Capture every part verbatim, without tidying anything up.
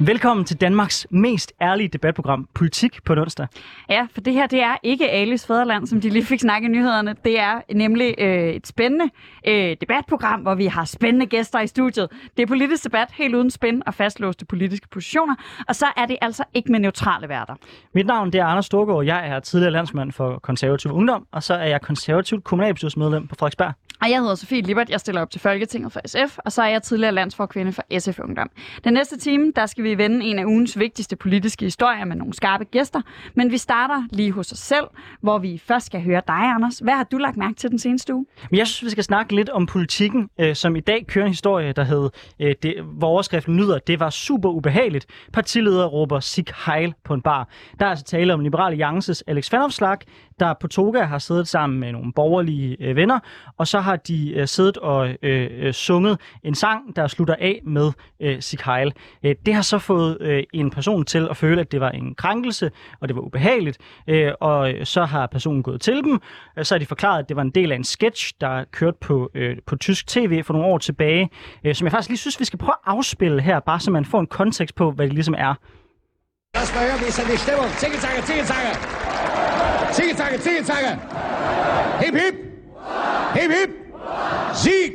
Velkommen til Danmarks mest ærlige debatprogram, Politik på en onsdag. Ja, for det her, det er ikke Alis Fædreland, som de lige fik snakket i nyhederne. Det er nemlig øh, et spændende øh, debatprogram, hvor vi har spændende gæster i studiet. Det er politisk debat, helt uden spænd og fastlåste politiske positioner. Og så er det altså ikke med neutrale værter. Mit navn det er Anders Storgård. Jeg er tidligere landsmand for Konservativ Ungdom, og så er jeg konservativt kommunalbestyrelsesmedlem på Frederiksberg. Og jeg hedder Sofie Lippert, jeg stiller op til Folketinget for S F, og så er jeg tidligere landsforkvinde for S F Ungdom. Den næste time, der skal vi vende en af ugens vigtigste politiske historier med nogle skarpe gæster, men vi starter lige hos os selv, hvor vi først skal høre dig, Anders. Hvad har du lagt mærke til den seneste uge? Jeg synes, vi skal snakke lidt om politikken, øh, som i dag kører en historie, der hed, øh, det, hvor overskriften lyder, det var super ubehageligt. Partileder råber Sieg Heil på en bar. Der er altså tale om Liberal Alliances Alex Vanopslagh, der på Toga har siddet sammen med nogle borgerlige øh, venner, og så har de øh, siddet og øh, øh, sunget en sang, der slutter af med øh, Sieg Heil. Øh, det har så fået øh, en person til at føle, at det var en krænkelse, og det var ubehageligt, øh, og så har personen gået til dem. Øh, så har de forklaret, at det var en del af en sketch, der kørte på, øh, på tysk tv for nogle år tilbage, øh, som jeg faktisk lige synes, vi skal prøve at afspille her, bare så man får en kontekst på, hvad det ligesom er. Lass mal hören, wie ist denn die Stimmung? Zingelzange, Zingelzange! Zingelzange, Zingelzange! Hip, hip! Hip, hip! Sieg!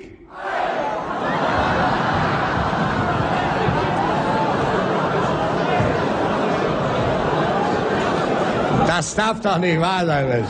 Das darf doch nicht wahr sein.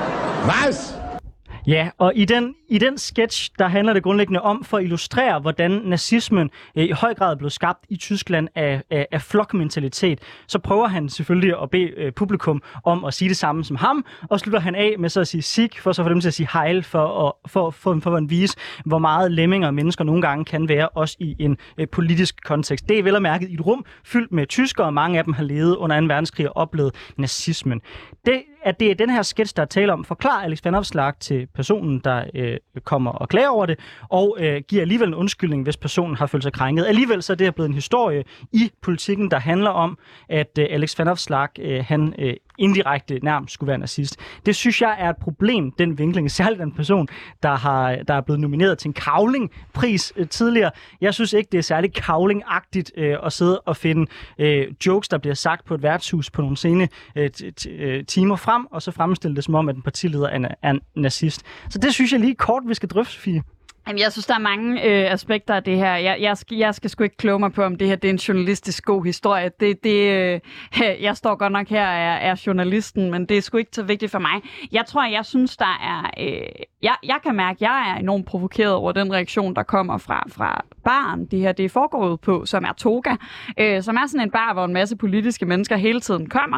Was? Ja, og i den, i den sketch, der handler det grundlæggende om for at illustrere, hvordan nazismen øh, i høj grad blev skabt i Tyskland af, af, af flokmentalitet. Så prøver han selvfølgelig at bede øh, publikum om at sige det samme som ham, og slutter han af med så at sige Sieg, for så for dem til at sige Heil, for at, for, for, for at vise, hvor meget lemminger og mennesker nogle gange kan være, også i en øh, politisk kontekst. Det er vel og mærket i et rum fyldt med tyskere, og mange af dem har levet under anden verdenskrig og oplevet nazismen. Det, at det er den her sketch, der taler om, forklarer Alex Vanopslagh til personen, der øh, kommer og klager over det, og øh, giver alligevel en undskyldning, hvis personen har følt sig krænket. Alligevel så er det her blevet en historie i politikken, der handler om, at øh, Alex Vanopslagh, øh, han øh, indirekte nærmest skulle være nazist. Det synes jeg er et problem, den vinkling, særligt den person, der, har, der er blevet nomineret til en Cavling-pris øh, tidligere. Jeg synes ikke, det er særlig Cavling-agtigt øh, at sidde og finde øh, jokes, der bliver sagt på et værtshus på nogle sene øh, t- t- øh, timer frem, og så fremstille det som om, at en partileder er, er en nazist. Så det synes jeg lige kort, vi skal drøfte, Sofie. Jamen, jeg synes, der er mange øh, aspekter af det her. Jeg, jeg, skal, jeg skal sgu ikke kloge mig på, om det her det er en journalistisk god historie. Det, det, øh, jeg står godt nok her og er, er journalisten, men det er sgu ikke så vigtigt for mig. Jeg tror, jeg synes, der er... Øh, jeg, jeg kan mærke, at jeg er enormt provokeret over den reaktion, der kommer fra, fra baren, det her det er foregået på, som er Toga, øh, som er sådan en bar, hvor en masse politiske mennesker hele tiden kommer,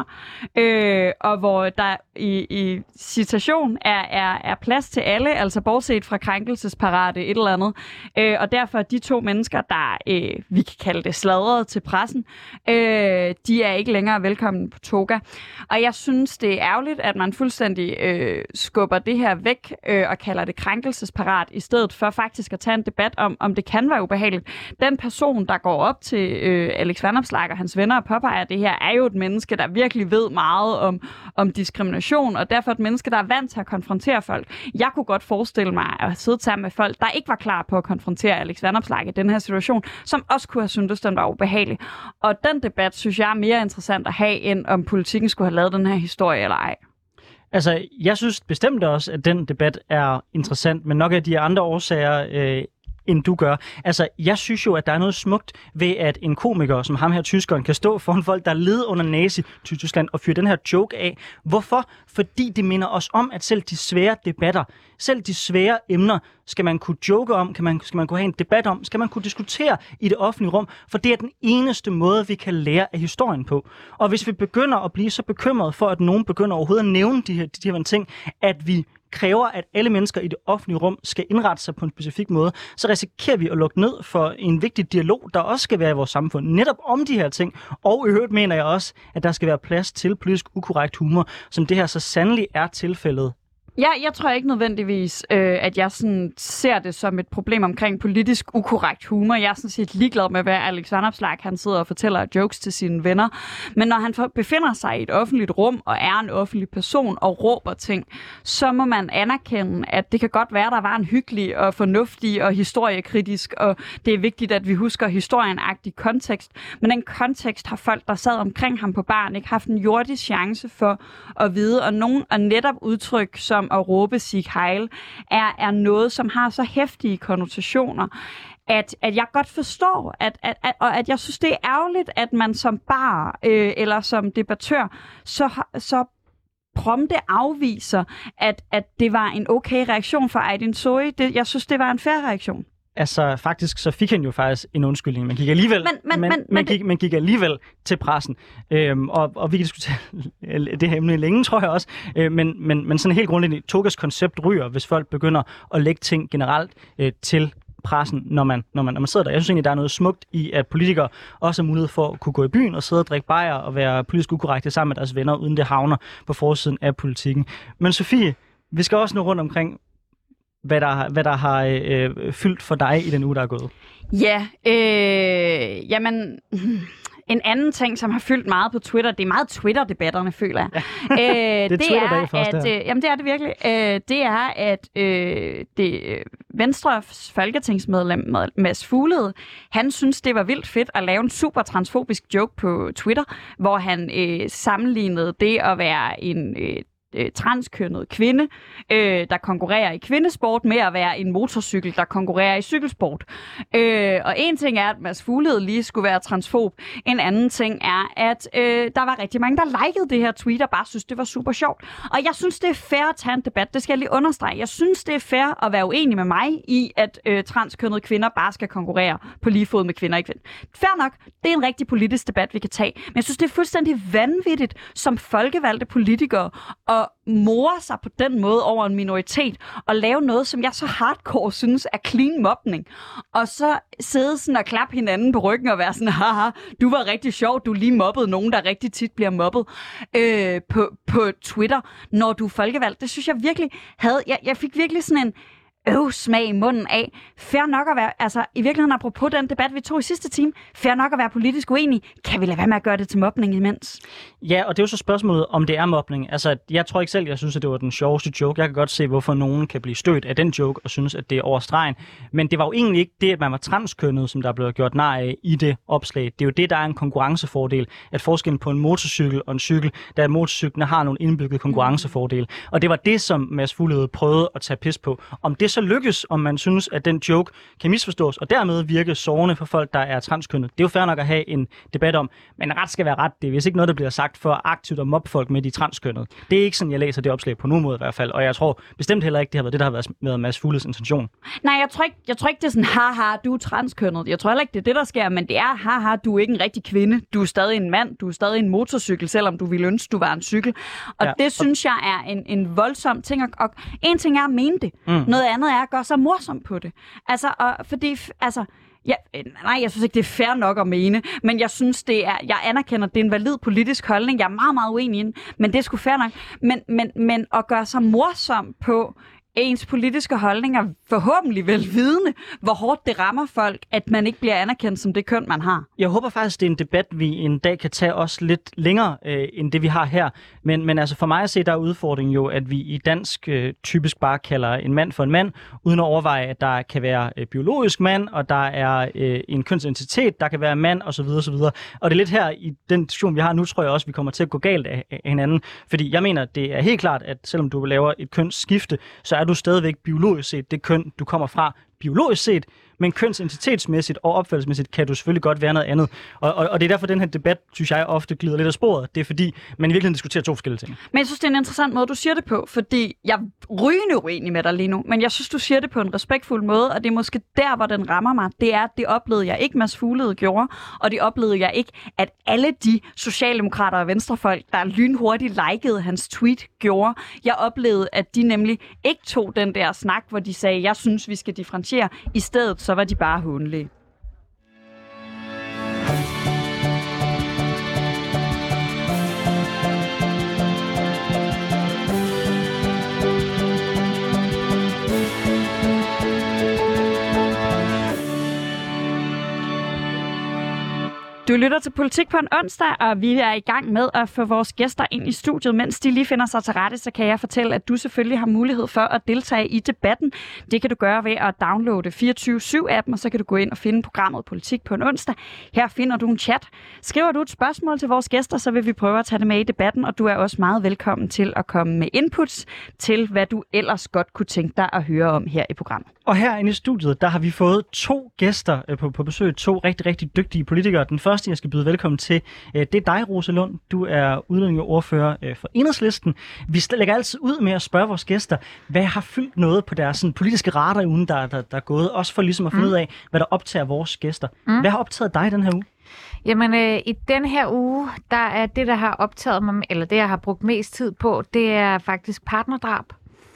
øh, og hvor der i, i citation er, er, er plads til alle, altså bortset fra krænkelsesparate et eller andet. Øh, og derfor de to mennesker, der øh, vi kan kalde det sladrede til pressen, øh, de er ikke længere velkommen på Toga. Og jeg synes, det er ærgerligt, at man fuldstændig øh, skubber det her væk øh, og kalder det krænkelsesparat, i stedet for faktisk at tage en debat om, om det kan være ubehageligt. Den person, der går op til øh, Alex Vanopslagh og hans venner og påpeger det her, er jo et menneske, der virkelig ved meget om, om diskrimination, og derfor et menneske, der er vant til at konfrontere folk. Jeg kunne godt forestille mig at sidde sammen med folk, der ikke var klar på at konfrontere Alex Vanopslagh i den her situation, som også kunne have syntes, den var ubehagelig. Og den debat, synes jeg, er mere interessant at have, end om politikken skulle have lavet den her historie eller ej. Altså, jeg synes bestemt også, at den debat er interessant, men nok af de andre årsager, øh, end du gør. Altså, jeg synes jo, at der er noget smukt ved, at en komiker, som ham her tyskeren, kan stå foran folk, der led under Nazi-Tyskland og fyre den her joke af. Hvorfor? Fordi det minder os om, at selv de svære debatter, selv de svære emner, skal man kunne joke om, kan man, skal man kunne have en debat om, skal man kunne diskutere i det offentlige rum, for det er den eneste måde, vi kan lære af historien på. Og hvis vi begynder at blive så bekymrede for, at nogen begynder overhovedet at nævne de her, de her ting, at vi kræver, at alle mennesker i det offentlige rum skal indrette sig på en specifik måde, så risikerer vi at lukke ned for en vigtig dialog, der også skal være i vores samfund, netop om de her ting. Og i øvrigt mener jeg også, at der skal være plads til politisk ukorrekt humor, som det her så sandelig er tilfældet Ja, jeg tror ikke nødvendigvis, øh, at jeg sådan ser det som et problem omkring politisk ukorrekt humor. Jeg er sådan set ligeglad med, hvad Alex Vanopslagh han sidder og fortæller jokes til sine venner. Men når han befinder sig i et offentligt rum og er en offentlig person og råber ting, så må man anerkende, at det kan godt være, at der var en hyggelig og fornuftig og historiekritisk, og det er vigtigt, at vi husker historienagtig kontekst. Men den kontekst har folk, der sad omkring ham på baren, ikke haft en jordisk chance for at vide, og nogen og netop udtryk som at råbe Sieg Heil, er, er noget, som har så heftige konnotationer, at, at jeg godt forstår, at, at, at, og at jeg synes, det er ærgerligt, at man som bar øh, eller som debattør, så, så prompte afviser, at, at det var en okay reaktion fra Aydin Soei. Det, jeg synes, det var en fair reaktion. Altså, faktisk, så fik han jo faktisk en undskyldning. Man gik alligevel, men, men, man, men, man, men gik, det... man gik alligevel til pressen. Øhm, og, og vi kan diskutere det her emne længe, tror jeg også. Øh, men, men, men sådan helt grundlæggende, Togas koncept ryger, hvis folk begynder at lægge ting generelt øh, til pressen, når man, når, man, når man sidder der. Jeg synes egentlig, der er noget smukt i, at politikere også har mulighed for at kunne gå i byen og sidde og drikke bajer og være politisk ukorrekte sammen med deres venner, uden det havner på forsiden af politikken. Men Sofie, vi skal også nå rundt omkring, hvad der, hvad der har øh, fyldt for dig i den uge, der er gået. Ja, øh, jamen... En anden ting, som har fyldt meget på Twitter, det er meget Twitter-debatterne, føler jeg. Ja. Øh, det er Twitter-dag for os, at, øh, Jamen, det er det virkelig. Øh, det er, at øh, det, øh, Venstres folketingsmedlem Mads Fuglede, han synes, det var vildt fedt at lave en super transfobisk joke på Twitter, hvor han øh, sammenlignede det at være en... Øh, transkønnet kvinde, øh, der konkurrerer i kvindesport, med at være en motorcykel, der konkurrerer i cykelsport. Øh, og en ting er, at Mads Fuglede lige skulle være transfob. En anden ting er, at øh, der var rigtig mange, der likede det her tweet, og bare synes, det var super sjovt. Og jeg synes, det er fair at tage en debat. Det skal jeg lige understrege. Jeg synes, det er fair at være uenig med mig i, at øh, transkønnede kvinder bare skal konkurrere på lige fod med kvinder i kvinder. Fair nok. Det er en rigtig politisk debat, vi kan tage. Men jeg synes, det er fuldstændig vanvittigt som folkevalgte politikere og more sig på den måde over en minoritet og lave noget, som jeg så hardcore synes er clean mobning. Og så sidde sådan og klappe hinanden på ryggen og være sådan, haha, du var rigtig sjov, du lige mobbede nogen, der rigtig tit bliver mobbet øh, på, på Twitter, når du er folkevalgt. Det synes jeg virkelig havde, jeg, jeg fik virkelig sådan en øv smag i munden af. Fair nok at være, altså i virkeligheden apropos den debat, vi tog i sidste time, fair nok at være politisk uenig. Kan vi lade være med at gøre det til mobning imens? Ja, og det er jo så spørgsmålet, om det er mobning. Altså, jeg tror ikke selv, jeg synes, at det var den sjoveste joke. Jeg kan godt se, hvorfor nogen kan blive stødt af den joke og synes, at det er over stregen. Men det var jo egentlig ikke det, at man var transkønnet, som der blev gjort nar af i det opslag. Det er jo det, der er en konkurrencefordel. At forskellen på en motorcykel og en cykel, der motorcyklerne har nogle indbyggede konkurrencefordele. Og det var det, som Mads Fuglede prøvede at tage pis på. Om det så lykkes, om man synes, at den joke kan misforstås, og dermed virke sårende for folk, der er transkønnet. Det er jo fair nok at have en debat om, men ret skal være ret. Det er vist ikke noget, der bliver sagt for aktivt at mobbe folk med de transkønnede. Det er ikke sådan, jeg læser det opslag på nogen måde i hvert fald, og jeg tror bestemt heller ikke, det har været det, der har været med Mads Fugledes intention. Nej, jeg tror ikke, jeg tror ikke det er sådan, haha, du er transkønnet. Jeg tror heller ikke, det er det, der sker, men det er, haha, du er ikke en rigtig kvinde. Du er stadig en mand, du er stadig en motorcykel, selvom du ville ønske, du var en cykel. Og ja, det synes jeg er en, en voldsom ting, og, og en ting er at mene det. Mm. Noget andet er at gøre sig morsom på det. Altså, og fordi, altså, ja, nej, jeg synes ikke, det er fair nok at mene, men jeg synes, det er, jeg anerkender, det er en valid politisk holdning. Jeg er meget, meget uenig i den, men det er sgu fair nok. Men, men, men at gøre sig morsom på ens politiske holdninger, forhåbentlig vel vidende, hvor hårdt det rammer folk, at man ikke bliver anerkendt som det køn, man har. Jeg håber faktisk, det er en debat, vi en dag kan tage os lidt længere, øh, end det vi har her. Men, men altså for mig at se, der er udfordringen jo, at vi i dansk øh, typisk bare kalder en mand for en mand, uden at overveje, at der kan være øh, biologisk mand, og der er øh, en kønsidentitet, der kan være mand, osv. osv. Og det er lidt her i den diskussion, vi har nu, tror jeg også, vi kommer til at gå galt af, af hinanden. Fordi jeg mener, det er helt klart, at selvom du laver et kønsskifte, så er du stadigvæk biologisk set det køn, du kommer fra biologisk set, men kønsidentitetsmæssigt og opfattelsesmæssigt kan du selvfølgelig godt være noget andet. Og, og, og det er derfor, den her debat, synes jeg, ofte glider lidt af sporet. Det er fordi, man i virkeligheden diskuterer to forskellige ting. Men jeg synes, det er en interessant måde, du siger det på, fordi jeg er rygende uenig med dig lige nu, men jeg synes, du siger det på en respektfuld måde, og det er måske der, hvor den rammer mig. Det er, at det oplevede jeg ikke, Mads Fuglede gjorde, og det oplevede jeg ikke, at alle de socialdemokrater og venstrefolk, der lynhurtigt likede hans tweet, gjorde. Jeg oplevede, at de nemlig ikke tog den der snak, hvor de sagde, jeg synes, vi skal differentiere. I stedet så var de bare hånlige. Du lytter til Politik på en onsdag, og vi er i gang med at få vores gæster ind i studiet. Mens de lige finder sig til rette, så kan jeg fortælle, at du selvfølgelig har mulighed for at deltage i debatten. Det kan du gøre ved at downloade fireogtyve syv appen, og så kan du gå ind og finde programmet Politik på en onsdag. Her finder du en chat. Skriver du et spørgsmål til vores gæster, så vil vi prøve at tage det med i debatten, og du er også meget velkommen til at komme med inputs til, hvad du ellers godt kunne tænke dig at høre om her i programmet. Og herinde i studiet, der har vi fået to gæster på, på besøg, to rigtig, rigtig dygtige politikere. Den første, jeg skal byde velkommen til, det er dig, Rosa Lund. Du er udlændingeordfører for Enhedslisten. Vi lægger altid ud med at spørge vores gæster, hvad har fyldt noget på deres sådan, politiske radar i ugen, der, der, der er gået, også for ligesom at finde mm. ud af, hvad der optager vores gæster. Mm. Hvad har optaget dig den her uge? Jamen, øh, i den her uge, der er det, der har optaget mig, eller det, jeg har brugt mest tid på, det er faktisk partnerdrab.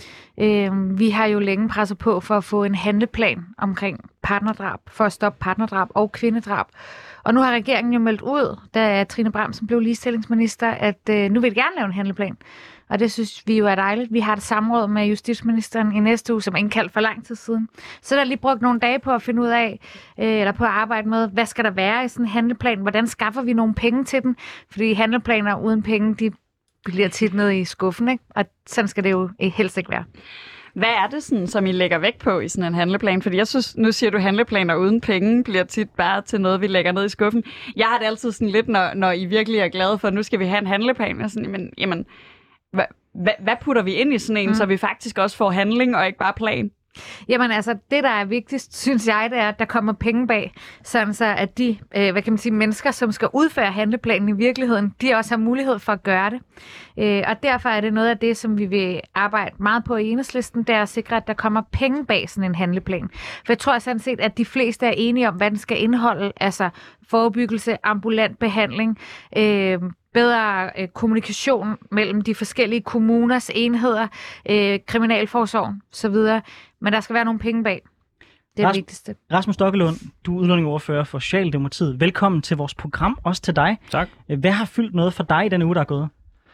Øh, vi har jo længe presset på for at få en handleplan omkring partnerdrab, for at stoppe partnerdrab og kvindedrab. Og nu har regeringen jo meldt ud, da Trine Bramsen blev ligestillingsminister, at øh, nu vil de gerne lave en handleplan. Og det synes vi jo er dejligt. Vi har et samråd med justitsministeren i næste uge, som er indkaldt for lang tid siden. Så der er lige brugt nogle dage på at finde ud af, øh, eller på at arbejde med, hvad skal der være i sådan en handleplan? Hvordan skaffer vi nogle penge til den? Fordi handleplaner uden penge, de bliver tit ned i skuffen, ikke? Og sådan skal det jo helst ikke være. Hvad er det, sådan, som I lægger vægt på i sådan en handleplan? Fordi jeg synes, nu siger du, handleplaner uden penge bliver tit bare til noget, vi lægger ned i skuffen. Jeg har det altid sådan lidt, når, når I virkelig er glade for, at nu skal vi have en handleplan. Og sådan, jamen, jamen hvad, hvad, hvad putter vi ind i sådan en, mm. så vi faktisk også får handling og ikke bare plan? Jamen altså, det der er vigtigst, synes jeg, det er, at der kommer penge bag, sådan så at de, øh, hvad kan man sige, mennesker, som skal udføre handleplanen i virkeligheden, de også har mulighed for at gøre det. Øh, og derfor er det noget af det, som vi vil arbejde meget på i Enhedslisten, det er at sikre, at der kommer penge bag sådan en handleplan. For jeg tror sådan set, at de fleste er enige om, hvad den skal indeholde, altså forebyggelse, ambulant behandling, øh, bedre øh, kommunikation mellem de forskellige kommuners enheder, øh, kriminalforsorgen osv., men der skal være nogle penge bag. Det er Ras- det vigtigste. Rasmus Stokkelund, du er udlændingeordfører for Socialdemokratiet. Velkommen til vores program, også til dig. Tak. Hvad har fyldt noget for dig i denne uge, der er gået?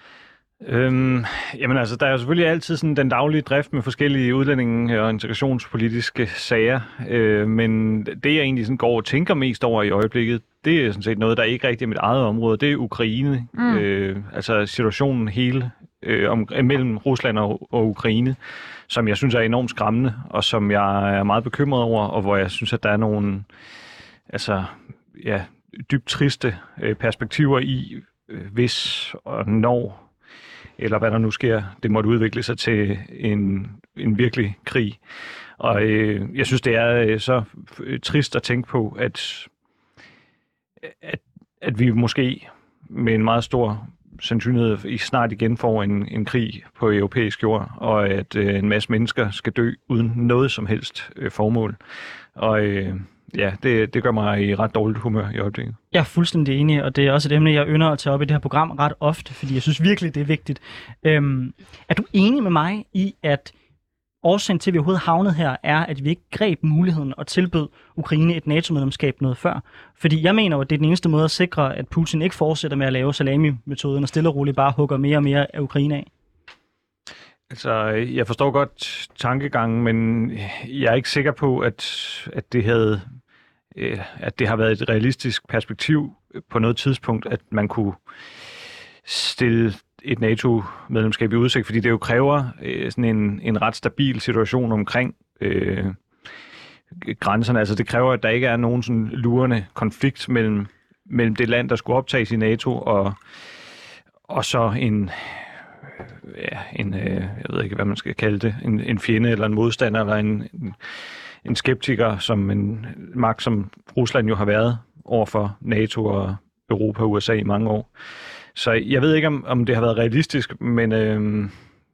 Øhm, jamen altså, der er jo selvfølgelig altid sådan den daglige drift med forskellige udlændinge- og integrationspolitiske sager, øh, men det jeg egentlig sådan går og tænker mest over i øjeblikket, det er sådan set noget, der ikke rigtig er mit eget område. Det er Ukraine, mm. øh, altså situationen hele øh, om, mellem Rusland og, og Ukraine, som jeg synes er enormt skræmmende, og som jeg er meget bekymret over, og hvor jeg synes, at der er nogle altså, ja, dybt triste øh, perspektiver i, øh, hvis og når, eller hvad der nu sker, det måtte udvikle sig til en, en virkelig krig. Og øh, jeg synes, det er øh, så trist at tænke på, at, at, at vi måske med en meget stor sandsynlighed i snart igen får en, en krig på europæisk jord, og at øh, en masse mennesker skal dø uden noget som helst øh, formål. Og øh, ja, det, det gør mig i ret dårligt humør i øjeblikket. Jeg er fuldstændig enig, og det er også et emne, jeg ynder at tage op i det her program ret ofte, fordi jeg synes virkelig, det er vigtigt. Øhm, er du enig med mig i, at årsagen til, at vi overhovedet havnet her, er, at vi ikke greb muligheden og tilbød Ukraine et NATO-medlemskab noget før? Fordi jeg mener jo, at det er den eneste måde at sikre, at Putin ikke fortsætter med at lave salami-metoden og stille og roligt bare hugger mere og mere af Ukraine af. Altså, jeg forstår godt tankegangen, men jeg er ikke sikker på, at, at det havde... at det har været et realistisk perspektiv på noget tidspunkt, at man kunne stille et NATO-medlemskab i udsigt, fordi det jo kræver øh, sådan en, en ret stabil situation omkring øh, grænserne. Altså det kræver, at der ikke er nogen sådan lurende konflikt mellem, mellem det land, der skulle optages i NATO, og, og så en, ja, en øh, jeg ved ikke, hvad man skal kalde det, en, en fjende eller en modstander, eller en, en en skeptiker, som en magt, som Rusland jo har været over for NATO og Europa og U S A i mange år. Så jeg ved ikke, om, om det har været realistisk, men øh,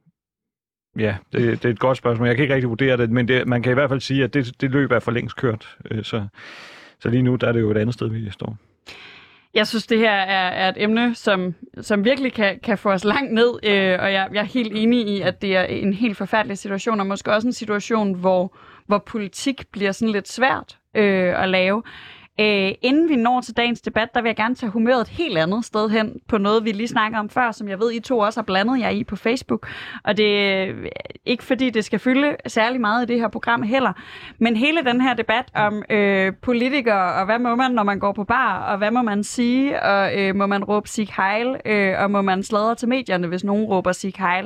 ja, det, det er et godt spørgsmål. Jeg kan ikke rigtig vurdere det, men det, man kan i hvert fald sige, at det, det løb er for længst kørt. Så, så lige nu der er det jo et andet sted, vi står. Jeg synes, det her er, er et emne, som, som virkelig kan, kan få os langt ned, øh, og jeg, jeg er helt enig i, at det er en helt forfærdelig situation, og måske også en situation, hvor, hvor politik bliver sådan lidt svært øh, at lave. Øh, inden vi når til dagens debat, der vil jeg gerne tage humøret et helt andet sted hen på noget, vi lige snakker om før, som jeg ved, I to også har blandet jer i på Facebook. Og det er ikke fordi, det skal fylde særlig meget i det her program heller, men hele den her debat om øh, politikere, og hvad må man, når man går på bar, og hvad må man sige, og øh, må man råbe Sieg Heil, øh, og må man sladre til medierne, hvis nogen råber Sieg Heil.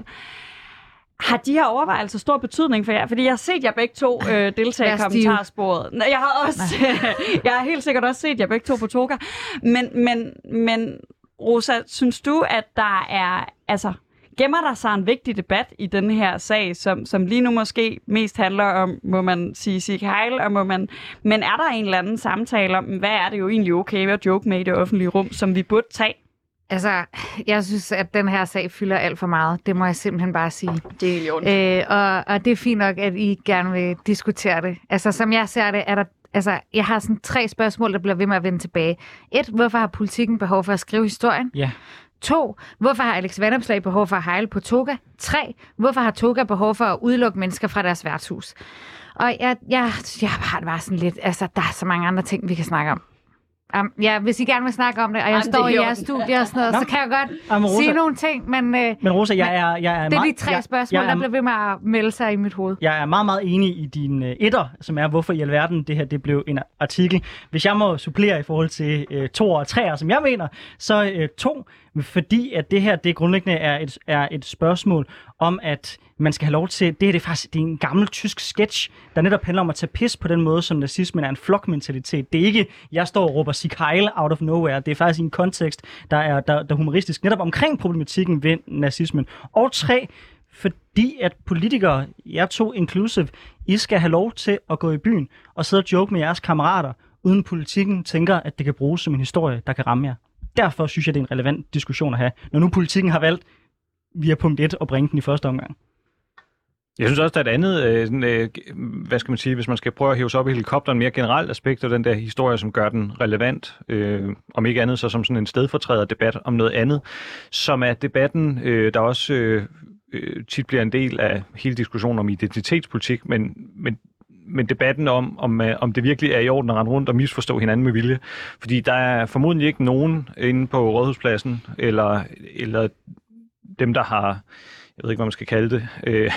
Har de her overvejelser stor betydning for jer? Fordi jeg har set jer begge to øh, deltage i kommentarsporet. Jeg har også, jeg har helt sikkert også set jer begge to på Toga. Men, men, men Rosa, synes du, at der er, altså, gemmer der sig en vigtig debat i den her sag, som, som lige nu måske mest handler om, må man sige Sieg Heil, og må man, men er der en eller anden samtale om, hvad er det jo egentlig okay at joke med i det offentlige rum, som vi burde tage? Altså, jeg synes, at den her sag fylder alt for meget. Det må jeg simpelthen bare sige. Det er jo øh, og, og det er fint nok, at I gerne vil diskutere det. Altså, som jeg ser det, er der... Altså, jeg har sådan tre spørgsmål, der bliver ved med at vende tilbage. Et, hvorfor har politikken behov for at skrive historien? Ja. To, hvorfor har Alex Vanopslagh behov for at hejle på Toga? Tre, hvorfor har Toga behov for at udelukke mennesker fra deres værtshus? Og jeg, jeg, jeg har det bare sådan lidt... Altså, der er så mange andre ting, vi kan snakke om. Um, ja, hvis I gerne vil snakke om det, og jeg Jamen, står i jeres studie og sådan noget, Nå. så kan jeg godt Jamen, Rosa, sige nogle ting, men, uh, men Rosa, jeg er, jeg er det er meget, de tre jeg, spørgsmål, jeg er, der bliver ved med at melde sig i mit hoved. Jeg er meget, meget enig i din uh, etter, som er, hvorfor i alverden det her det blev en artikel. Hvis jeg må supplere i forhold til uh, to og tre, som jeg mener, så uh, to, fordi at det her det grundlæggende er et, er et spørgsmål om, at man skal have lov til, det her det er faktisk det er en gammel tysk sketch, der netop handler om at tage pis på den måde, som nazismen er en flokmentalitet. Det er ikke, jeg står og råber Sieg Heil out of nowhere. Det er faktisk en kontekst, der er der, der er humoristisk, netop omkring problematikken ved nazismen. Og tre, fordi at politikere, jeg to inclusive, I skal have lov til at gå i byen og sidde og joke med jeres kammerater, uden politikken tænker, at det kan bruges som en historie, der kan ramme jer. Derfor synes jeg, det er en relevant diskussion at have, når nu politikken har valgt via punkt et at bringe den i første omgang. Jeg synes også, der er et andet, øh, sådan, øh, hvad skal man sige, hvis man skal prøve at hæve sig op i helikopteren, mere generelt aspekt af den der historie, som gør den relevant, øh, om ikke andet så som sådan en stedfortræder debat om noget andet, som er debatten, øh, der også øh, øh, tit bliver en del af hele diskussionen om identitetspolitik, men, men men debatten om, om, om det virkelig er i orden at rende rundt og misforstå hinanden med vilje. Fordi der er formodentlig ikke nogen inde på Rådhuspladsen, eller, eller dem, der har, jeg ved ikke, hvad man skal kalde det, øh,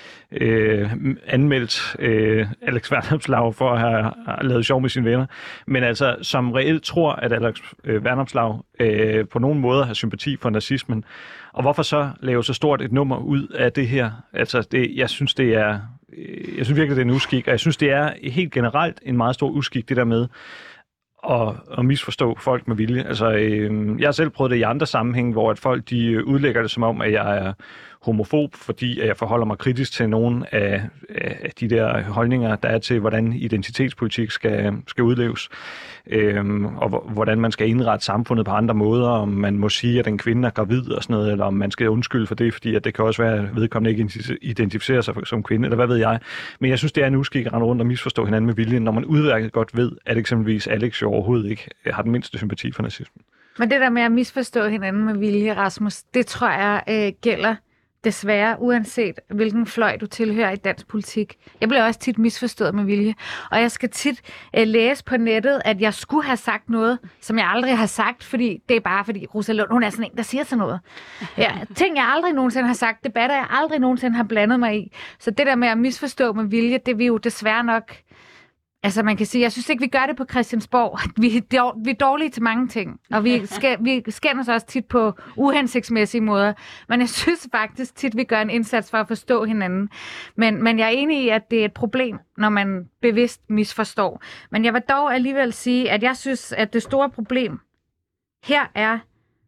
øh, anmeldt øh, Alex Vanopslagh for at have, have lavet sjov med sine venner, men altså som reelt tror, at Alex øh, Vanopslagh øh, på nogen måde har sympati for nazismen. Og hvorfor så lave så stort et nummer ud af det her? Altså, det, jeg synes, det er jeg synes virkelig, det er en uskik, og jeg synes, det er helt generelt en meget stor uskik, det der med at, at misforstå folk med vilje. Altså, øh, jeg har selv prøvet det i andre sammenhænge, hvor at folk de udlægger det som om, at jeg er homofob, fordi jeg forholder mig kritisk til nogle af, af de der holdninger, der er til, hvordan identitetspolitik skal, skal udleves, øhm, og hvordan man skal indrette samfundet på andre måder, om man må sige, at en kvinde er gravid og sådan noget, eller om man skal undskylde for det, fordi at det kan også være, at vedkommende ikke identificerer sig som kvinde, eller hvad ved jeg. Men jeg synes, det er en uskik at rende rundt og misforstå hinanden med vilje, når man udværket godt ved, at eksempelvis Alex jo overhovedet ikke har den mindste sympati for nazismen. Men det der med at misforstå hinanden med vilje, Rasmus, det tror jeg øh, gælder desværre, uanset hvilken fløj du tilhører i dansk politik. Jeg bliver også tit misforstået med vilje. Og jeg skal tit øh, læse på nettet, at jeg skulle have sagt noget, som jeg aldrig har sagt, fordi det er bare fordi Rosa Lund, hun er sådan en, der siger sådan noget. Ja, ting, jeg aldrig nogensinde har sagt, debatter, jeg aldrig nogensinde har blandet mig i. Så det der med at misforstå med vilje, det er vi jo desværre nok... Altså man kan sige, jeg synes ikke, vi gør det på Christiansborg. Vi er, vi er dårlige til mange ting, og vi, skal, vi skændes også tit på uhensigtsmæssige måder. Men jeg synes faktisk tit, vi gør en indsats for at forstå hinanden. Men, men jeg er enig i, at det er et problem, når man bevidst misforstår. Men jeg vil dog alligevel sige, at jeg synes, at det store problem her er,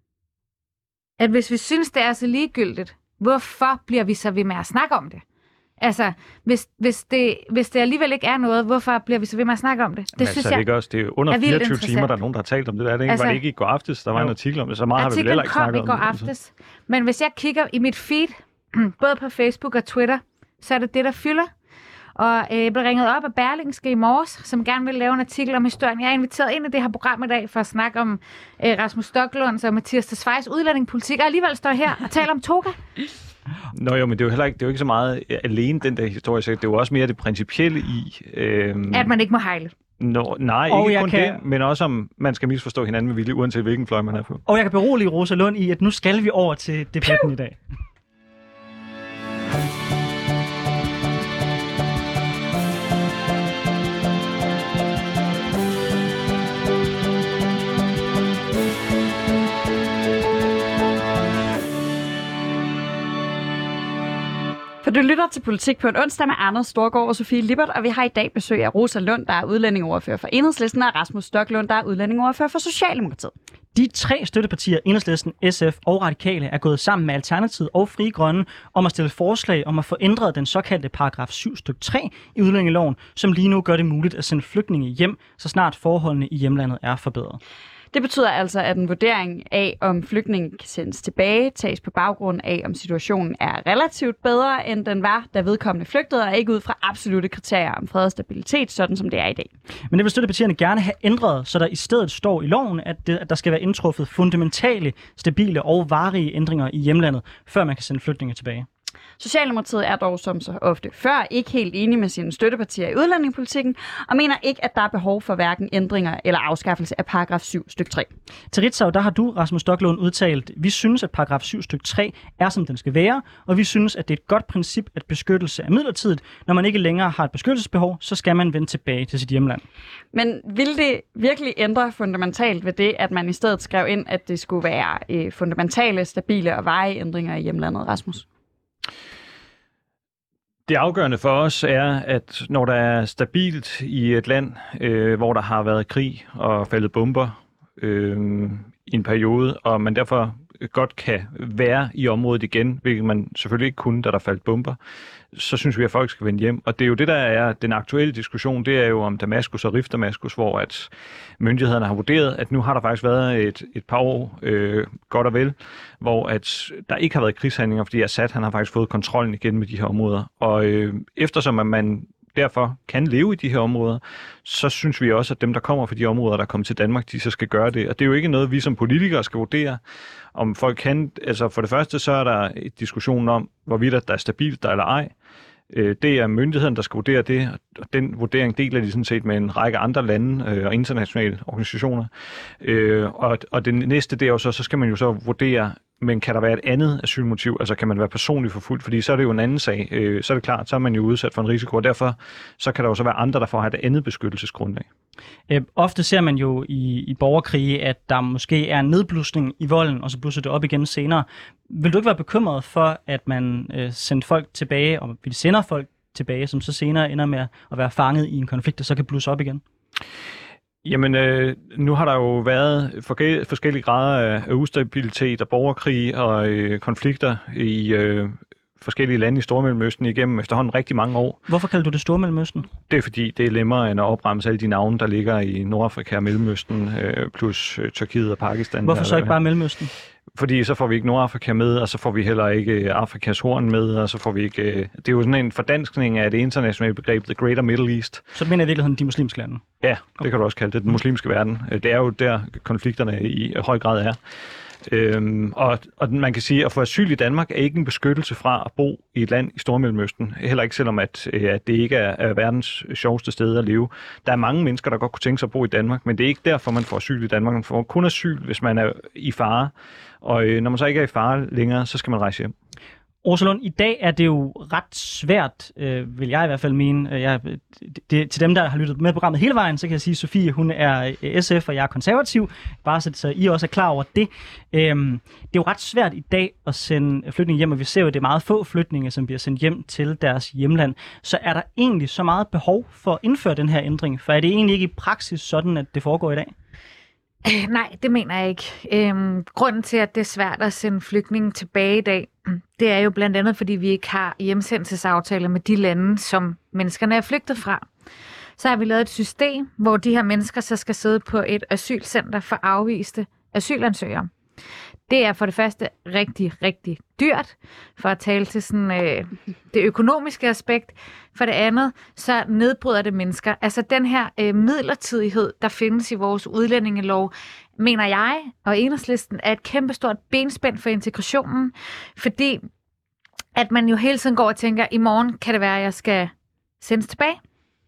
at hvis vi synes, det er så ligegyldigt, hvorfor bliver vi så ved med at snakke om det? Altså, hvis, hvis, det, hvis det alligevel ikke er noget, hvorfor bliver vi så ved med at snakke om det? Det Men synes altså, jeg det er også, det er under fireogtyve timer, der er nogen, der har talt om det der. Det altså, var det ikke i går aftes, der var jo en artikel om det, så meget har vi vel heller ikke snakket om det. Artiklen kom i går aftes, men hvis jeg kigger i mit feed, både på Facebook og Twitter, så er det det, der fylder. Og øh, jeg blev ringet op af Berlingske i morges, som gerne vil lave en artikel om historien. Jeg er inviteret ind i det her program i dag for at snakke om øh, Rasmus Stoklunds og Mathias Tesfayes udlændingepolitik, og alligevel står her og taler om Toga. Nå jo, men det er jo heller ikke, det er jo ikke så meget alene den der historie, så det er jo også mere det principielle i... Øhm, At man ikke må hejle. Nå, nej, Og ikke kun kan... det, men også om man skal misforstå hinanden med vilje, uanset hvilken fløj man er på. Og jeg kan berolige Rosa Lund i, at nu skal vi over til debatten i dag. For du lytter til Politik på en onsdag med Anders Storgård og Sofie Lippert, og vi har i dag besøg af Rosa Lund, der er udlændingeordfører for Enhedslisten, og Rasmus Stoklund, der er udlændingeordfører for Socialdemokratiet. De tre støttepartier, Enhedslisten, S F og Radikale, er gået sammen med Alternativet og Frie Grønne om at stille forslag om at få ændret den såkaldte paragraf syv stykke tre i udlændingeloven, som lige nu gør det muligt at sende flygtninge hjem, så snart forholdene i hjemlandet er forbedret. Det betyder altså, at en vurdering af, om flygtningen kan sendes tilbage, tages på baggrund af, om situationen er relativt bedre, end den var, da vedkommende flygtede, og ikke ud fra absolute kriterier om fred og stabilitet, sådan som det er i dag. Men det vil støttepartierne gerne have ændret, så der i stedet står i loven, at, det, at der skal være indtruffet fundamentale, stabile og varige ændringer i hjemlandet, før man kan sende flygtninge tilbage. Socialdemokratiet er dog som så ofte før ikke helt enige med sine støttepartier i udlændingepolitikken, og mener ikke, at der er behov for hverken ændringer eller afskaffelse af paragraf syv stykke tre. Til Ritzau, der har du, Rasmus Stoklund, udtalt, vi synes, at paragraf syv stykke tre er, som den skal være, og vi synes, at det er et godt princip, at beskyttelse er midlertidigt. Når man ikke længere har et beskyttelsesbehov, så skal man vende tilbage til sit hjemland. Men vil det virkelig ændre fundamentalt ved det, at man i stedet skrev ind, at det skulle være øh, fundamentale, stabile og varige ændringer i hjemlandet, Rasmus? Det afgørende for os er, at når der er stabilt i et land, øh, hvor der har været krig og faldet bomber øh, i en periode, og man derfor godt kan være i området igen, hvilket man selvfølgelig ikke kunne, da der faldt bomber, så synes vi, at folk skal vende hjem. Og det er jo det, der er den aktuelle diskussion, det er jo om Damaskus og Rif Damaskus, hvor at myndighederne har vurderet, at nu har der faktisk været et, et par år, øh, godt og vel, hvor at der ikke har været krigshandlinger, fordi Assad han har faktisk fået kontrollen igen med de her områder. Og øh, eftersom at man derfor kan leve i de her områder, så synes vi også, at dem, der kommer fra de områder, der kommer til Danmark, de så skal gøre det. Og det er jo ikke noget, vi som politikere skal vurdere, om folk kan. Altså for det første, så er der et diskussion om, hvorvidt der er stabilt der eller ej. Det er myndigheden, der skal vurdere det, og den vurdering deler de sådan set med en række andre lande og internationale organisationer. Og, og det næste, det er jo så, så skal man jo så vurdere, men kan der være et andet asylmotiv? Altså kan man være personligt forfulgt? Fordi så er det jo en anden sag. Så er det klart, så er man jo udsat for en risiko, og derfor så kan der jo så være andre, der får et andet beskyttelsesgrundlag. Øh, ofte ser man jo i, i borgerkrige, at der måske er en nedblusning i volden, og så blusser det op igen senere. Vil du ikke være bekymret for, at man øh, sender folk tilbage, og vi sender folk tilbage, som så senere ender med at være fanget i en konflikt, der så kan blusse op igen? Jamen, øh, nu har der jo været forskellige grader af, af ustabilitet og borgerkrig og øh, konflikter i øh, forskellige lande i Stormellemøsten igennem efterhånden rigtig mange år. Hvorfor kalder du det Stormellemøsten? Det er fordi, det er nemmere end at opremse alle de navne, der ligger i Nordafrika og Mellemøsten, øh, plus øh, Tyrkiet og Pakistan. Hvorfor så ikke bare Mellemøsten? Fordi så får vi ikke Nordafrika med, og så får vi heller ikke Afrikas Horn med, og så får vi ikke... Det er jo sådan en fordanskning af det internationale begreb, The Greater Middle East. Så du mener i virkeligheden de muslimske lande? Ja, det kan du også kalde det, den muslimske verden. Det er jo der, konflikterne i høj grad er. Øhm, og, og man kan sige, at få asyl i Danmark er ikke en beskyttelse fra at bo i et land i Stormellemøsten. Heller ikke selvom, at, at det ikke er, er verdens sjoveste sted at leve. Der er mange mennesker, der godt kunne tænke sig at bo i Danmark, men det er ikke derfor, man får asyl i Danmark. Man får kun asyl, hvis man er i fare. Og øh, når man så ikke er i fare længere, så skal man rejse hjem. Rosa Lund, i dag er det jo ret svært, øh, vil jeg i hvert fald mene. Jeg, det, til dem, der har lyttet med programmet hele vejen, så kan jeg sige, at Sofie, hun er S F, og jeg er konservativ. Bare så, så I også er klar over det. Øhm, det er jo ret svært i dag at sende flygtninge hjem, og vi ser jo, at det er meget få flygtninge, som bliver sendt hjem til deres hjemland. Så er der egentlig så meget behov for at indføre den her ændring? For er det egentlig ikke i praksis sådan, at det foregår i dag? Øh, nej, det mener jeg ikke. Øhm, grunden til, at det er svært at sende flygtninge tilbage i dag, det er jo blandt andet, fordi vi ikke har hjemsendelsesaftaler med de lande, som menneskerne er flygtet fra. Så har vi lavet et system, hvor de her mennesker så skal sidde på et asylcenter for afviste asylansøgere. Det er for det første rigtig, rigtig dyrt, for at tale til sådan, øh, det økonomiske aspekt. For det andet, så nedbryder det mennesker. Altså den her øh, midlertidighed, der findes i vores udlændingelov, mener jeg og Enhedslisten er et kæmpestort benspænd for integrationen, fordi at man jo hele tiden går og tænker, i morgen kan det være, at jeg skal sendes tilbage.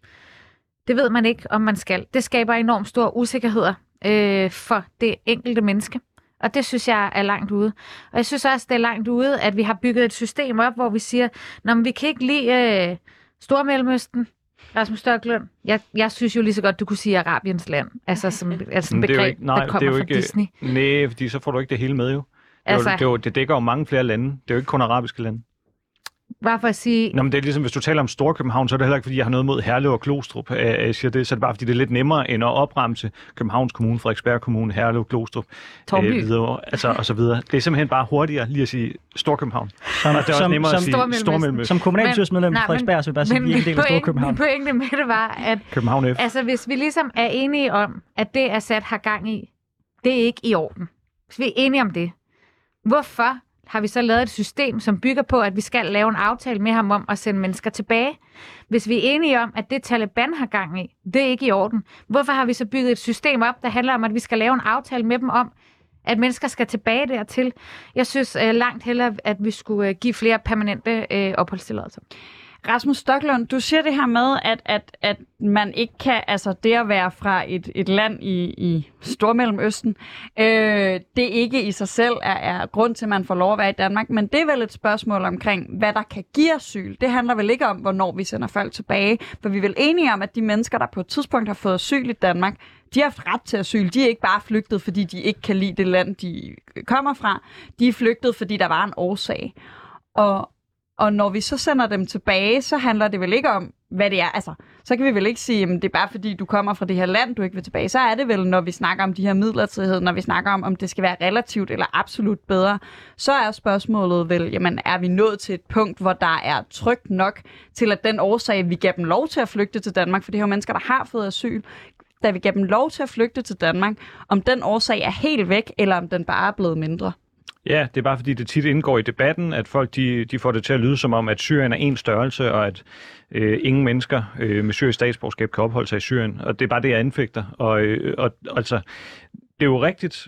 Det ved man ikke, om man skal. Det skaber enormt store usikkerheder øh, for det enkelte menneske. Og det synes jeg er langt ude. Og jeg synes også, det er langt ude, at vi har bygget et system op, hvor vi siger, nå, men vi kan ikke lide øh, Stormellemøsten. Rasmus Stoklund, jeg, jeg synes jo lige så godt, du kunne sige Arabiens land. Altså som altså et begreb, ikke, nej, der kommer fra ikke, Disney. Nej, fordi så får du ikke det hele med jo. Det, altså, jo, det, jo, det dækker jo mange flere lande. Det er jo ikke kun arabiske lande. Bare for at sige... Nå, men det er ligesom, hvis du taler om Storkøbenhavn, så er det heller ikke, fordi jeg har noget mod Herlev og Glostrup. Jeg siger det, så er det bare, fordi det er lidt nemmere, end at opremse Københavns Kommune, Frederiksberg Kommune, Herlev, Glostrup, øh, videre, altså, og så videre. Det er simpelthen bare hurtigere lige at sige Storkøbenhavn. Som, og det er også som, nemmere som, at sige Stormellemøsten. Som kommunalbestyrelsesmedlem i Frederiksberg, så vil jeg bare sige, at vi er en del af Storkøbenhavn. Min pointe med det var, at København F. Altså, hvis vi ligesom er enige om, at det Assad har gang i, det er ikke i orden. Hvis vi er enige om det, hvorfor har vi så lavet et system, som bygger på, at vi skal lave en aftale med ham om at sende mennesker tilbage? Hvis vi er enige om, at det Taliban har gang i, det er ikke i orden. Hvorfor har vi så bygget et system op, der handler om, at vi skal lave en aftale med dem om, at mennesker skal tilbage dertil? Jeg synes uh, langt hellere, at vi skulle uh, give flere permanente uh, opholdstilladelser. Rasmus Stoklund, du siger det her med, at, at, at man ikke kan, altså det at være fra et, et land i, i Stormellemøsten, øh, det ikke i sig selv er, er grund til, at man får lov at være i Danmark, men det er vel et spørgsmål omkring, hvad der kan give asyl. Det handler vel ikke om, hvornår vi sender folk tilbage, for vi er vel enige om, at de mennesker, der på et tidspunkt har fået asyl i Danmark, de har haft ret til asyl. De er ikke bare flygtet, fordi de ikke kan lide det land, de kommer fra. De er flygtet, fordi der var en årsag. Og Og når vi så sender dem tilbage, så handler det vel ikke om, hvad det er. Altså, så kan vi vel ikke sige, at det er bare fordi, du kommer fra det her land, du ikke vil tilbage. Så er det vel, når vi snakker om de her midlertidighed, når vi snakker om, om det skal være relativt eller absolut bedre, så er spørgsmålet vel, jamen er vi nået til et punkt, hvor der er trygt nok til, at den årsag, vi gav dem lov til at flygte til Danmark, for det er jo mennesker, der har fået asyl, da vi gav dem lov til at flygte til Danmark, om den årsag er helt væk, eller om den bare er blevet mindre. Ja, det er bare fordi, det tit indgår i debatten, at folk de, de får det til at lyde som om, at Syrien er en størrelse, og at øh, ingen mennesker øh, med syrisk statsborgerskab kan opholde sig i Syrien. Og det er bare det, jeg anfægter. Og, øh, og altså, det er jo rigtigt.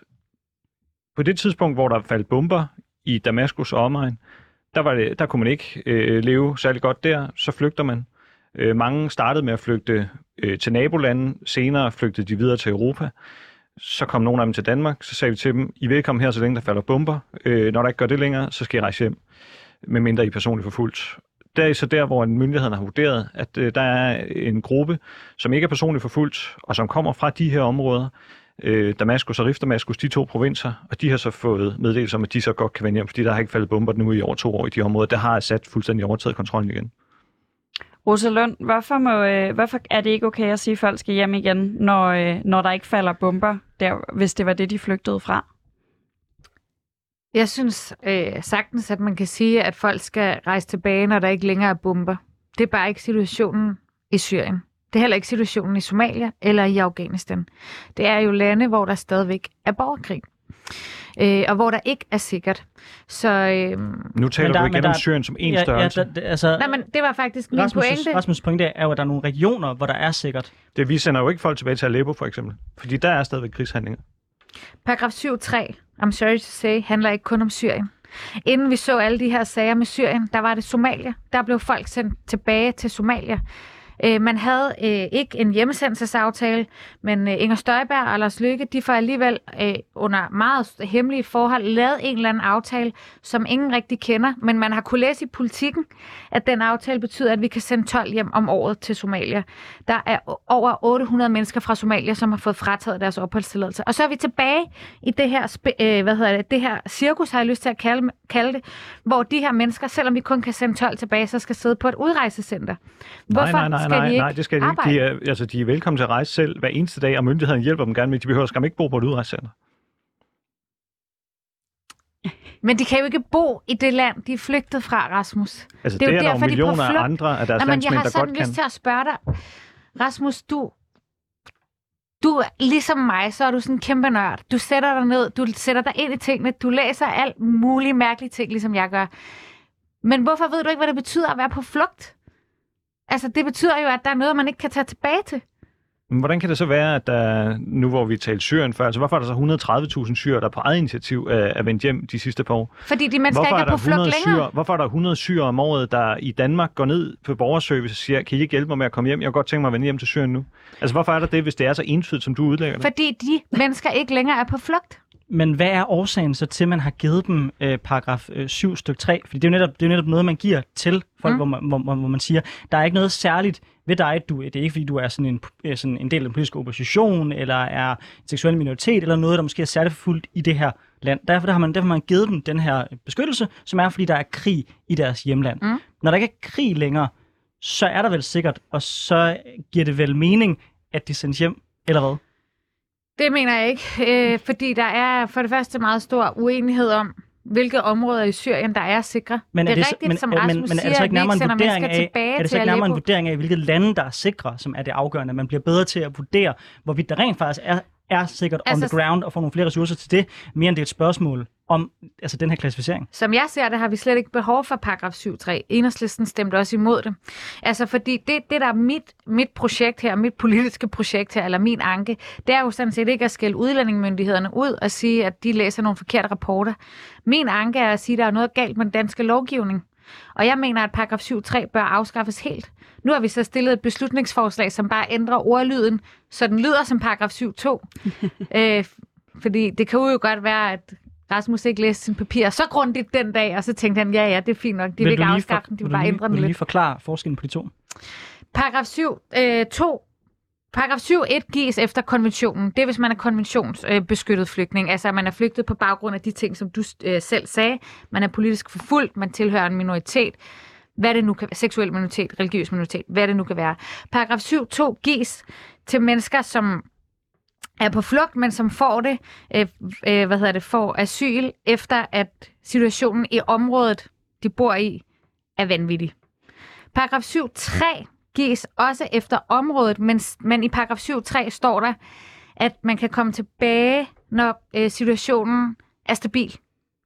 På det tidspunkt, hvor der faldt bomber i Damaskus og omegn, der, var det, der kunne man ikke øh, leve særlig godt der. Så flygter man. Øh, mange startede med at flygte øh, til nabolanden. Senere flygtede de videre til Europa. Så kom nogle af dem til Danmark, så sagde vi til dem, I vil komme her, så længe der falder bomber. Øh, når der ikke gør det længere, så skal I rejse hjem, medmindre I er personligt forfulgt. Der er så der, hvor myndighederne har vurderet, at øh, der er en gruppe, som ikke er personligt forfulgt, og som kommer fra de her områder, øh, Damaskus og Rif Damaskus, de to provinser, og de har så fået meddelelse om, at de så godt kan vende hjem, fordi der har ikke faldet bomber nu i over to år i de områder. Der har Assad fuldstændig overtaget kontrollen igen. Rosa Lund, hvorfor, må, øh, hvorfor er det ikke okay at sige, at folk skal hjem igen, når, øh, når der ikke falder bomber, der, hvis det var det, de flygtede fra? Jeg synes øh, sagtens, at man kan sige, at folk skal rejse tilbage, når der ikke længere er bomber. Det er bare ikke situationen i Syrien. Det er heller ikke situationen i Somalia eller i Afghanistan. Det er jo lande, hvor der stadigvæk er borgerkrig. Øh, og hvor der ikke er sikkert. Så, øh, nu taler der, du igen om Syrien som en ja, størrelse. Ja, der, det, altså, nej, men det var faktisk min Rasmus' pointe. Rasmus' pointe er jo, at der er nogle regioner, hvor der er sikkert. Det, vi sender jo ikke folk tilbage til Aleppo, for eksempel. Fordi der er stadigvæk krigshandlinger. Paragraf syv tre, I'm sorry to say, handler ikke kun om Syrien. Inden vi så alle de her sager med Syrien, der var det Somalia. Der blev folk sendt tilbage til Somalia. Øh, man havde øh, ikke en hjemsendelsesaftale, men øh, Inger Støjberg og Lars Løkke, de får alligevel øh, under meget hemmelige forhold lavet en eller anden aftale, som ingen rigtig kender, men man har kunne læse i Politikken, at den aftale betyder, at vi kan sende tolv hjem om året til Somalia. Der er over otte hundrede mennesker fra Somalia, som har fået frataget deres opholdstilladelse. Og så er vi tilbage i det her, sp- øh, hvad hedder det, det her cirkus, har jeg lyst til at kalde, kalde det, hvor de her mennesker, selvom vi kun kan sende tolv tilbage, så skal sidde på et udrejsecenter. Hvorfor nej, nej, nej, skal nej, de ikke nej, det skal de ikke. De er, altså, de er velkommen til at rejse selv hver eneste dag, og myndighederne hjælper dem gerne med. De behøver skam ikke bo på et udrejsecenter. Men de kan jo ikke bo i det land, de er flygtet fra, Rasmus. Altså, det er, det jo er der derfor, jo millioner de af andre af deres Nå, landsmænd, der godt kan. Jeg har sådan lyst til at spørge dig, Rasmus, du, du ligesom mig, så er du sådan en kæmpe nørd. Du sætter dig ned, du sætter dig ind i tingene, du læser alt mulige mærkelige ting, ligesom jeg gør. Men hvorfor ved du ikke, hvad det betyder at være på flugt? Altså, det betyder jo, at der er noget, man ikke kan tage tilbage til. Men hvordan kan det så være, at der, nu hvor vi talte Syrien før, altså hvorfor er der så et hundrede og tredive tusind syrere, der på eget initiativ er, er vendt hjem de sidste par år? Fordi de mennesker hvorfor ikke er, er på flugt længere. Syre, hvorfor er der hundrede syrere om året, der i Danmark går ned på borgerservice og siger, kan I ikke hjælpe mig med at komme hjem? Jeg kunne godt tænke mig at vende hjem til Syrien nu. Altså hvorfor er der det, hvis det er så entydigt, som du udlægger det? Fordi de mennesker ikke længere er på flugt. Men hvad er årsagen så til, at man har givet dem øh, paragraf øh, syv stykke tre? Fordi det er jo netop, det er jo netop noget, man giver til folk, mm. hvor, man, hvor, hvor man siger, der er ikke noget særligt ved dig. Du, det er ikke, fordi du er sådan en, sådan en del af den politiske opposition, eller er en seksuel minoritet, eller noget, der måske er særligt fuldt i det her land. Derfor har man, derfor har man givet dem den her beskyttelse, som er, fordi der er krig i deres hjemland. Mm. Når der ikke er krig længere, så er der vel sikkert, og så giver det vel mening, at de sendes hjem, eller hvad? Det mener jeg ikke, øh, fordi der er for det første meget stor uenighed om, hvilke områder i Syrien, der er sikre. Men er det er det, rigtigt, men, som men, Rasmus men, men er det siger, så ikke nærmere en vurdering af, er det så ikke nærmere en vurdering af, hvilke lande, der er sikre, som er det afgørende? Man bliver bedre til at vurdere, hvorvidt der rent faktisk er, er sikkert altså, on the ground, og få nogle flere ressourcer til det, mere end det er et spørgsmål om altså den her klassificering. Som jeg ser det, har vi slet ikke behov for paragraf syv tre. Enhedslisten stemte også imod det. Altså fordi det, det der er mit, mit projekt her, mit politiske projekt her, eller min anke, det er jo sådan set ikke at skælde udlændingemyndighederne ud og sige, at de læser nogle forkerte rapporter. Min anke er at sige, at der er noget galt med den danske lovgivning. Og jeg mener, at paragraf syv tre bør afskaffes helt. Nu har vi så stillet et beslutningsforslag, som bare ændrer ordlyden, så den lyder som paragraf syv to. øh, fordi det kan jo godt være, at Rasmus ikke læste sin papir så grundigt den dag, og så tænkte han, ja, ja, det er fint nok, de vil, vil ikke afskaffe den, de vil bare ændre den lidt. Vil du lige forklare forskellen på de to? Paragraf syv to, paragraf syv et gives efter konventionen. Det er, hvis man er konventionsbeskyttet flygtning, altså at man er flygtet på baggrund af de ting, som du øh, selv sagde. Man er politisk forfulgt, man tilhører en minoritet, hvad det nu kan være, seksuel minoritet, religiøs minoritet, hvad det nu kan være. Paragraf syv to gives til mennesker, som er på flugt, men som får det, øh, øh, hvad hedder det, får asyl, efter at situationen i området, de bor i, er vanvittig. Paragraf syv tre gives også efter området, men, men i paragraf syv tre står der, at man kan komme tilbage, når øh, situationen er stabil.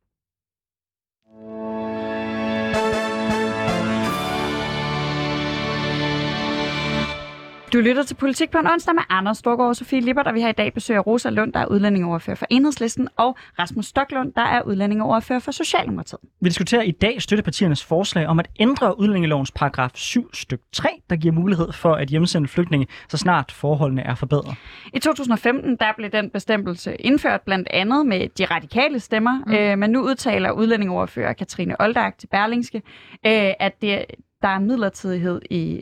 Du lytter til Politik på en onsdag med Anders Storgård og Sofie Lippert, og vi har i dag besøg af Rosa Lund, der er udlændingeordfører for Enhedslisten, og Rasmus Stoklund, der er udlændingeordfører for Socialdemokratiet. Vi diskuterer i dag støttepartiernes forslag om at ændre udlændingelovens paragraf syv stykke tre, der giver mulighed for at hjemsende flygtninge, så snart forholdene er forbedret. I to tusind og femten der blev den bestemmelse indført blandt andet med de radikale stemmer, mm. øh, men nu udtaler udlændingeordfører Katrine Oldag til Berlingske, øh, at det, der er midlertidighed i...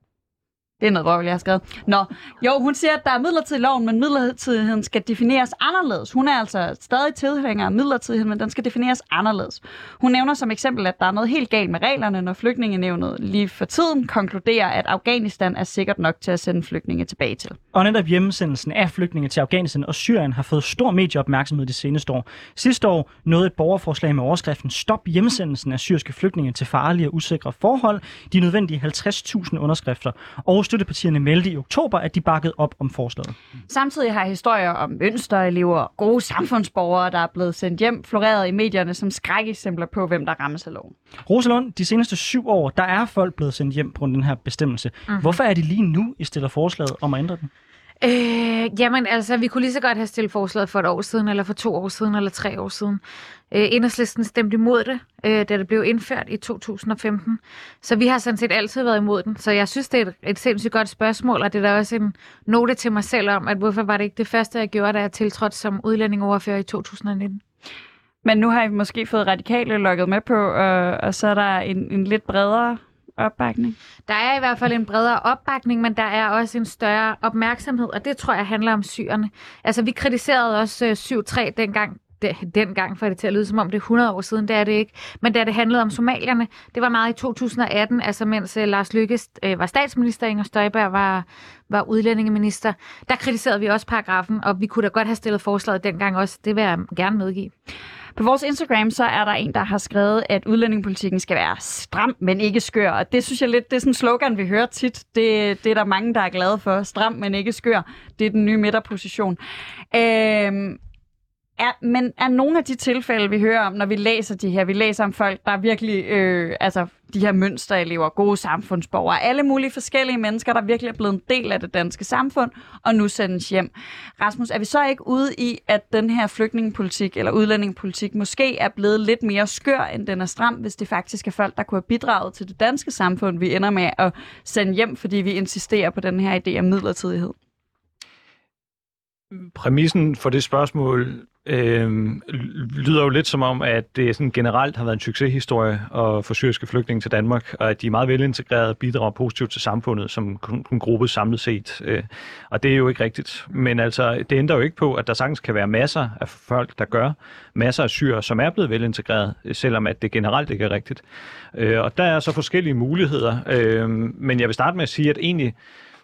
Det er noget vrøvl, jeg har skrevet. Nå, jo, hun siger, at der er midlertidig i loven, men midlertidigheden skal defineres anderledes. Hun er altså stadig tilhænger af midlertidighed, men den skal defineres anderledes. Hun nævner som eksempel, at der er noget helt galt med reglerne, når Flygtningenævnet lige for tiden konkluderer, at Afghanistan er sikkert nok til at sende flygtninge tilbage til. Og netop hjemsendelsen af flygtninge til Afghanistan og Syrien har fået stor medieopmærksomhed de seneste år. Sidste år nåede et borgerforslag med overskriften Stop hjemsendelsen af syriske flygtninge til farlige og usikre forhold de nødvendige halvtreds tusind underskrifter. Og støttepartierne meldte i oktober, at de bakkede op om forslaget. Samtidig har historier om mønsterelever og gode samfundsborgere, der er blevet sendt hjem, floreret i medierne som skrækeksempler på, hvem der rammes af loven. Rosalund, de seneste syv år, der er folk blevet sendt hjem på den her bestemmelse. Mm-hmm. Hvorfor er det lige nu, I stiller forslaget om at ændre den? Øh, jamen altså, vi kunne lige så godt have stillet forslaget for et år siden, eller for to år siden, eller tre år siden. Øh, Enhedslisten stemte imod det, øh, da det blev indført i to tusind og femten. Så vi har sådan set altid været imod den. Så jeg synes, det er et, et sindssygt godt spørgsmål, og det er da også en note til mig selv om, at hvorfor var det ikke det første, jeg gjorde, da jeg tiltrådte som udlændingeordfører i to tusind og nitten. Men nu har I måske fået radikale lukket med på, og, og så er der en, en lidt bredere opbakning? Der er i hvert fald en bredere opbakning, men der er også en større opmærksomhed, og det tror jeg handler om syrerne. Altså, vi kritiserede også uh, syv tre dengang, det, dengang for det til at lyde som om det er hundrede år siden, det er det ikke. Men da det handlede om somalierne, det var meget i to tusind og atten, altså mens uh, Lars Løkke uh, var statsminister, Inger Støjberg var, var udlændingeminister. Der kritiserede vi også paragrafen, og vi kunne da godt have stillet forslaget dengang også. Det vil jeg gerne medgive. På vores Instagram, så er der en, der har skrevet, at udlændingepolitikken skal være stram, men ikke skør. Og det synes jeg lidt, det er sådan en slogan, vi hører tit. Det, det er der mange, der er glade for. Stram, men ikke skør. Det er den nye midterposition. Øhm, er, men er nogle af de tilfælde, vi hører om, når vi læser de her, vi læser om folk, der virkelig øh, altså, de her mønsterelever, gode samfundsborgere, alle mulige forskellige mennesker, der virkelig er blevet en del af det danske samfund, og nu sendes hjem. Rasmus, er vi så ikke ude i, at den her flygtningepolitik eller udlændingepolitik måske er blevet lidt mere skør, end den er stram, hvis det faktisk er folk, der kunne have bidraget til det danske samfund, vi ender med at sende hjem, fordi vi insisterer på den her idé om midlertidighed? Præmissen for det spørgsmål øh, lyder jo lidt som om, at det sådan generelt har været en succeshistorie at få syriske flygtninge til Danmark, og at de er meget velintegrerede og bidrager positivt til samfundet som en gruppe samlet set. Øh, og det er jo ikke rigtigt. Men altså, det ændrer jo ikke på, at der sagtens kan være masser af folk, der gør masser af syrere, som er blevet velintegreret, selvom at det generelt ikke er rigtigt. Øh, og der er så forskellige muligheder. Øh, men jeg vil starte med at sige, at egentlig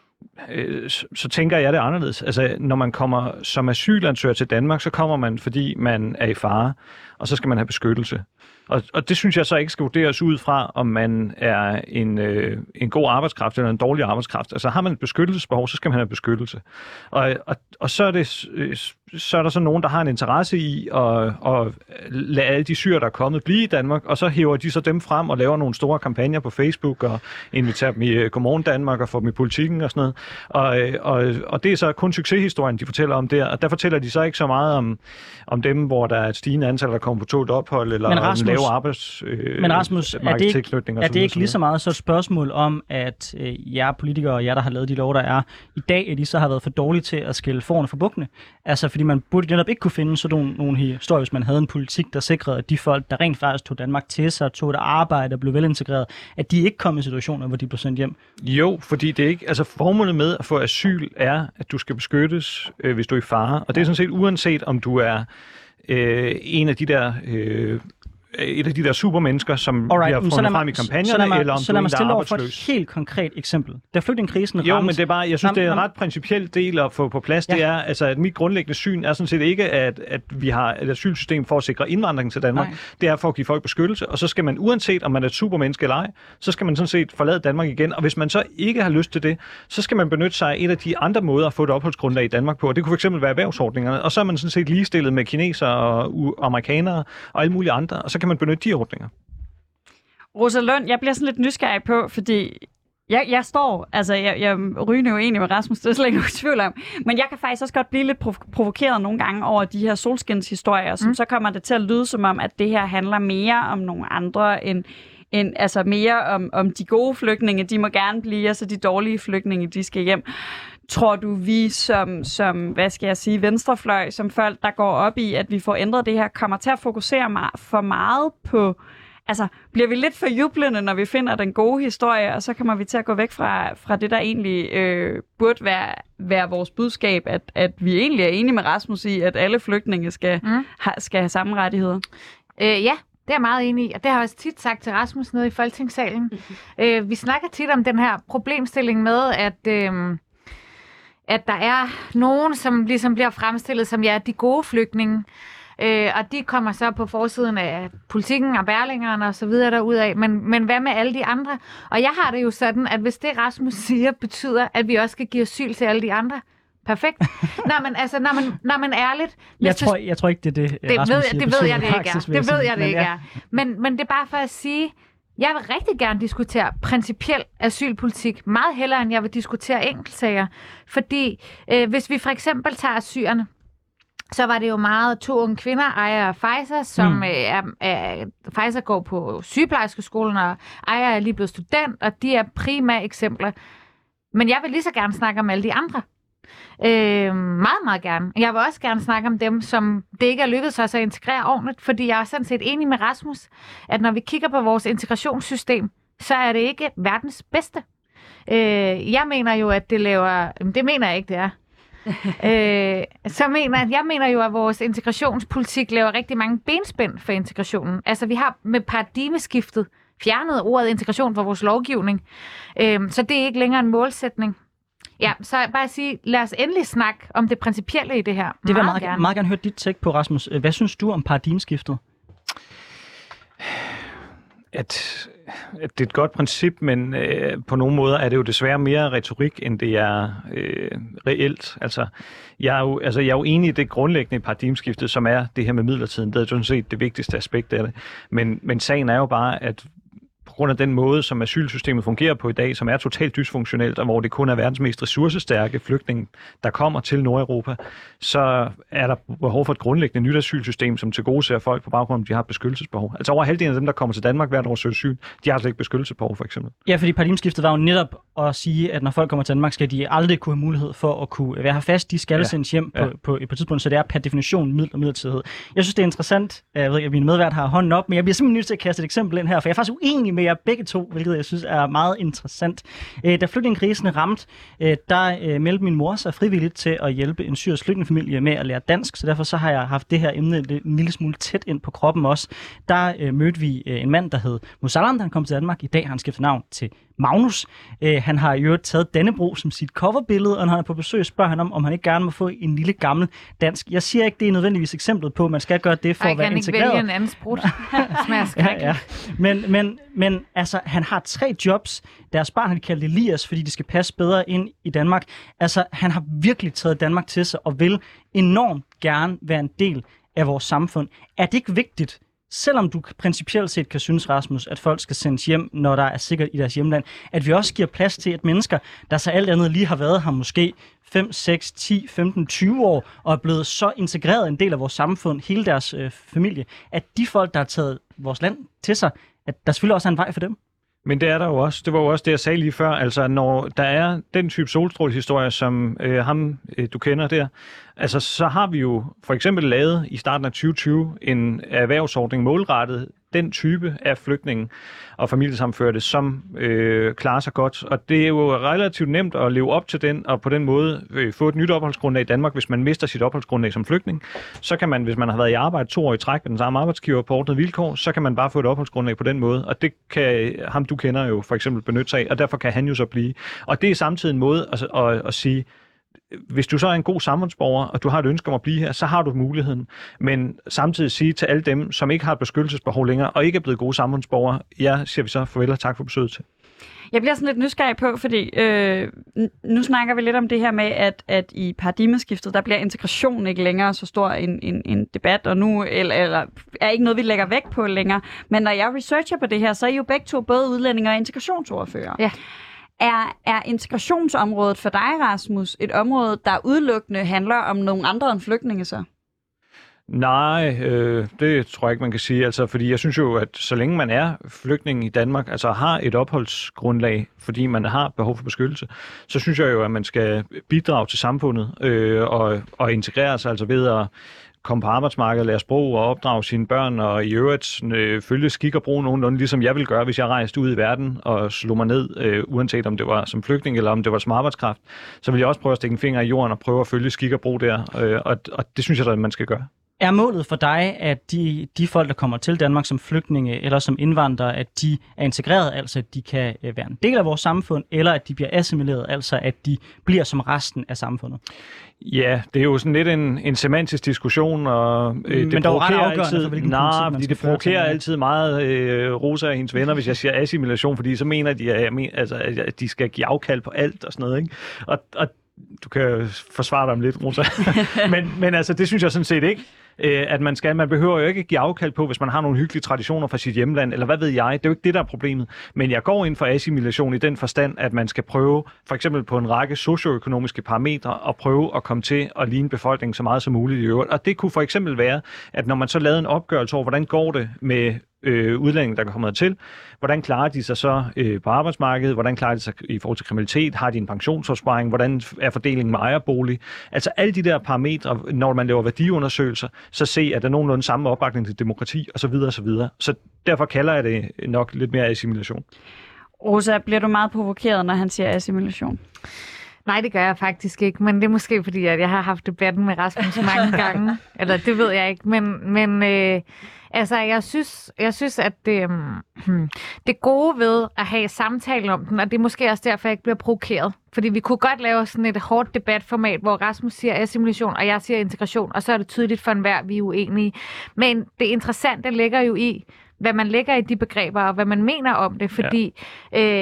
så tænker jeg det anderledes. Altså, når man kommer som asylansøger til Danmark, så kommer man, fordi man er i fare, og så skal man have beskyttelse. Og, og det synes jeg så ikke skal vurderes ud fra, om man er en, øh, en god arbejdskraft eller en dårlig arbejdskraft. Altså har man et beskyttelsesbehov, så skal man have beskyttelse. Og, og, og så, er det, så er der så nogen, der har en interesse i at, at lade alle de syrer, der er kommet, blive i Danmark, og så hæver de så dem frem og laver nogle store kampagner på Facebook og inviterer dem i Godmorgen Danmark og får dem i politikken og sådan noget. Og, og, og det er så kun succeshistorien, de fortæller om der. Og der fortæller de så ikke så meget om, om dem, hvor der er et stigende antal, der kommer på tålt ophold eller en lave arbejds øh, Men Rasmus, er det ikke, er det ikke lige så meget så et spørgsmål om, at øh, jer politikere og jer, der har lavet de lov, der er i dag, at de så har været for dårlige til at skille forerne for bukkene? Altså, fordi man burde netop ikke kunne finde sådan nogle, nogle historier, hvis man havde en politik, der sikrede, at de folk, der rent faktisk tog Danmark til sig, tog et arbejde og blev velintegreret, at de ikke kom i situationer, hvor de blev sendt hjem. Jo, fordi det ikke, altså formålet med at få asyl er, at du skal beskyttes, øh, hvis du er i fare. Og det er sådan set uanset, om du er øh, en af de der... Øh, et af de der supermennesker, som Alright, bliver fundet frem i kampagnerne, mig, eller om så du er en, der er over for et helt konkret eksempel. Da flygtningekrisen ramte... Jo, men det er bare, jeg synes, Nam, det er en nam, ret principiel del at få på plads. Ja. Det er, altså, at mit grundlæggende syn er sådan set ikke, at, at vi har et asylsystem for at sikre indvandring til Danmark. Nej. Det er for at give folk beskyttelse, og så skal man, uanset om man er et supermenneske eller ej, så skal man sådan set forlade Danmark igen. Og hvis man så ikke har lyst til det, så skal man benytte sig af et af de andre måder at få et opholdsgrundlag i Danmark på. Og det kunne fx være erhvervsordningerne. Og så er man sådan set ligestillet med kinesere og amerikanere og alle mulige andre, og så kan man benytte de ordninger. Rosa Lund, jeg bliver sådan lidt nysgerrig på, fordi jeg, jeg står, altså jeg, jeg ryger jo egentlig med Rasmus, det er slet ikke nogen tvivl om, men jeg kan faktisk også godt blive lidt prov- provokeret nogle gange over de her solskinshistorier, som mm. så kommer det til at lyde som om, at det her handler mere om nogle andre end, end altså mere om, om de gode flygtninge, de må gerne blive, og så de dårlige flygtninge, de skal hjem. Tror du, vi som, som, hvad skal jeg sige, venstrefløj, som folk, der går op i, at vi får ændret det her, kommer til at fokusere for meget på, altså bliver vi lidt for jublende, når vi finder den gode historie, og så kommer vi til at gå væk fra, fra det, der egentlig øh, burde være, være vores budskab, at, at vi egentlig er enige med Rasmus i, at alle flygtninge skal, mm. ha, skal have samme rettigheder. Øh, ja. Det er jeg meget enig i, og det har jeg også tit sagt til Rasmus nede i Folketingssalen. Mm-hmm. Øh, vi snakker tit om den her problemstilling med, at, øh, at der er nogen, som ligesom bliver fremstillet som ja, de gode flygtninge, øh, og de kommer så på forsiden af Politikken og Berlingeren og så videre derudaf. Men, men hvad med alle de andre? Og jeg har det jo sådan, at hvis det Rasmus siger, betyder, at vi også skal give asyl til alle de andre, perfekt. Nå, men altså, når man, når man ærligt... Jeg tror, jeg tror ikke, det er det, det Rasmus ved, siger. Det ved jeg det ikke er. Det ved jeg det ikke ja. er. Men, men det er bare for at sige, jeg vil rigtig gerne diskutere principiel asylpolitik, meget hellere end jeg vil diskutere enkeltsager. Fordi øh, hvis vi for eksempel tager assyrerne, så var det jo meget to unge kvinder, Aya og Faisa, som mm. er, er... Faisa går på sygeplejerskeskolen, og Aya er lige blevet student, og de er primære eksempler. Men jeg vil lige så gerne snakke om alle de andre. Øh, meget, meget gerne. Jeg vil også gerne snakke om dem, som det ikke er lykkedes os at integrere ordentligt, fordi jeg er sådan set enig med Rasmus, at når vi kigger på vores integrationssystem, så er det ikke verdens bedste. Øh, jeg mener jo, at det laver... Det mener jeg ikke, det er. øh, så mener jeg, jeg mener jo, at vores integrationspolitik laver rigtig mange benspænd for integrationen. Altså, vi har med paradigmeskiftet fjernet ordet integration fra vores lovgivning, øh, så det er ikke længere en målsætning. Ja, så bare sige, lad os endelig snakke om det principielle i det her. Det vil jeg meget, gerne. meget gerne høre dit take på, Rasmus. Hvad synes du om paradigmeskiftet? At, at det er et godt princip, men øh, på nogle måder er det jo desværre mere retorik, end det er øh, reelt. Altså jeg, er jo, altså, jeg er jo enig i det grundlæggende paradigmeskiftet, som er det her med midlertiden. Det er sådan set det vigtigste aspekt af det. Men, men sagen er jo bare, at på grund af den måde, som asylsystemet fungerer på i dag, som er totalt dysfunktionelt, og hvor det kun er verdens mest ressourcestærke flygtninge, der kommer til Nordeuropa, så er der behov for et grundlæggende nyt asylsystem, som tilgodeser folk på baggrund af, at de har et beskyttelsesbehov. Altså over halvdelen af dem, der kommer til Danmark hvert år søger asyl, de har slet ikke beskyttelsesbehov, for eksempel. Ja, fordi paradigmeskiftet var jo netop at sige, at når folk kommer til Danmark, skal de aldrig kunne have mulighed for at kunne være her fast. De skal ja. sendes hjem ja. på, på, på et tidspunkt, så det er per definition middel og midlertidighed. Jeg synes, det er interessant. Jeg ved ikke, at mine medvært har hånden op, men jeg bliver simpelthen nødt til at kaste et eksempel ind her, for jeg er faktisk uenig med jer begge to, hvilket jeg synes er meget interessant. Da flygtningekrisen ramte, der meldte min mor sig frivilligt til at hjælpe en syrisk flygtningefamilie med at lære dansk, så derfor så har jeg haft det her emne en lille smule tæt ind på kroppen også. Der mødte vi en mand, der hed Musalam, da han kom til Danmark. I dag har han skiftet navn til Magnus. Øh, han har i øvrigt taget Dannebrog som sit coverbillede, og når han er på besøg, spørger han om, om han ikke gerne må få en lille gammel dansk. Jeg siger ikke, det er nødvendigvis eksemplet på, at man skal gøre det for Ej, at være integreret. Jeg kan ikke vælge en anden sprut. Smager skrækkeligt. Ja, ja. Men, men, men altså, han har tre jobs. Deres barn har de kaldt Elias, fordi de skal passe bedre ind i Danmark. Altså, han har virkelig taget Danmark til sig, og vil enormt gerne være en del af vores samfund. Er det ikke vigtigt, selvom du principielt set kan synes, Rasmus, at folk skal sendes hjem, når der er sikkert i deres hjemland, at vi også giver plads til, at mennesker, der så alt andet lige har været her måske fem, seks, ti, femten, tyve år, og er blevet så integreret en del af vores samfund, hele deres øh, familie, at de folk, der har taget vores land til sig, at der selvfølgelig også er en vej for dem. Men det er der jo også. Det var jo også det, jeg sagde lige før. Altså, når der er den type solstrålehistorie, som øh, ham, øh, du kender der, altså, så har vi jo for eksempel lavet i starten af tyve tyve en erhvervsordning målrettet den type af flygtninge og familiesammenførte, som øh, klarer sig godt. Og det er jo relativt nemt at leve op til den, og på den måde øh, få et nyt opholdsgrundlag i Danmark, hvis man mister sit opholdsgrundlag som flygtning. Så kan man, hvis man har været i arbejde to år i træk med den samme arbejdsgiver på ordnede vilkår, så kan man bare få et opholdsgrundlag på den måde. Og det kan ham, du kender jo for eksempel benytte sig af, og derfor kan han jo så blive. Og det er samtidig en måde at, at, at sige, hvis du så er en god samfundsborger, og du har et ønske om at blive her, så har du muligheden. Men samtidig sige til alle dem, som ikke har et beskyttelsesbehov længere, og ikke er blevet gode samfundsborgere, ja, siger vi så farvel og tak for besøget til. Jeg bliver sådan lidt nysgerrig på, fordi øh, nu snakker vi lidt om det her med, at, at i paradigmeskiftet, der bliver integration ikke længere så stor en, en, en debat, og nu eller, eller, er ikke noget, vi lægger vægt på længere. Men når jeg researcher på det her, så er I jo begge to både udlændinge og integrationsordfører. Ja. Er, er integrationsområdet for dig, Rasmus, et område, der udelukkende handler om nogle andre end flygtninge så? Nej, øh, det tror jeg ikke, man kan sige. Altså, fordi jeg synes jo, at så længe man er flygtning i Danmark, altså har et opholdsgrundlag, fordi man har behov for beskyttelse, så synes jeg jo, at man skal bidrage til samfundet øh, og, og integrere sig, altså ved at komme på arbejdsmarkedet, lære sprog og opdrage sine børn, og i øvrigt øh, følge skik og brug nogenlunde, ligesom jeg ville gøre, hvis jeg rejste ud i verden og slog mig ned, øh, uanset om det var som flygtning eller om det var som arbejdskraft, så ville jeg også prøve at stikke en finger i jorden og prøve at følge skik og brug der, øh, og, og det synes jeg, at man skal gøre. Er målet for dig, at de, de folk, der kommer til Danmark som flygtninge eller som indvandrere, at de er integreret, altså at de kan være en del af vores samfund, eller at de bliver assimileret, altså at de bliver som resten af samfundet? Ja, det er jo sådan lidt en, en semantisk diskussion, og øh, det Men provokerer altid, altid, nej, fordi det provokerer altid meget øh, Rosa og hendes venner, hvis jeg siger assimilation, fordi så mener de, at, jeg men, altså, at de skal give afkald på alt og sådan noget, ikke? Og, og du kan forsvare dig lidt, Rosa. men, men altså, det synes jeg sådan set ikke, at man skal. Man behøver jo ikke give afkald på, hvis man har nogle hyggelige traditioner fra sit hjemland, eller hvad ved jeg. Det er jo ikke det, der er problemet. Men jeg går ind for assimilation i den forstand, at man skal prøve, for eksempel på en række socioøkonomiske parametre, at prøve at komme til at ligne befolkningen så meget som muligt i øvrigt. Og det kunne for eksempel være, at når man så lavede en opgørelse over, hvordan går det med øh, udlændinge, der kommer til, hvordan klarer de sig så øh, på arbejdsmarkedet, hvordan klarer de sig i forhold til kriminalitet, har de en pensionsopsparing, hvordan er fordelingen med ejerbolig. Altså alle de der parametre, når man laver værdiundersøgelser, så se, at der er nogenlunde samme opbakning til demokrati osv. osv. Så derfor kalder jeg det nok lidt mere assimilation. Rosa, bliver du meget provokeret, når han siger assimilation? Nej, det gør jeg faktisk ikke, men det er måske fordi, at jeg har haft debatten med Rasmus mange gange, eller det ved jeg ikke, men, men øh, altså, jeg synes, jeg synes, at det, øh, det gode ved at have samtalen om den, og det er måske også derfor, jeg ikke bliver provokeret, fordi vi kunne godt lave sådan et hårdt debatformat, hvor Rasmus siger assimilation, og jeg siger integration, og så er det tydeligt for enhver, vi er uenige. Men det interessante ligger jo i, hvad man lægger i de begreber, og hvad man mener om det, fordi ja. øh,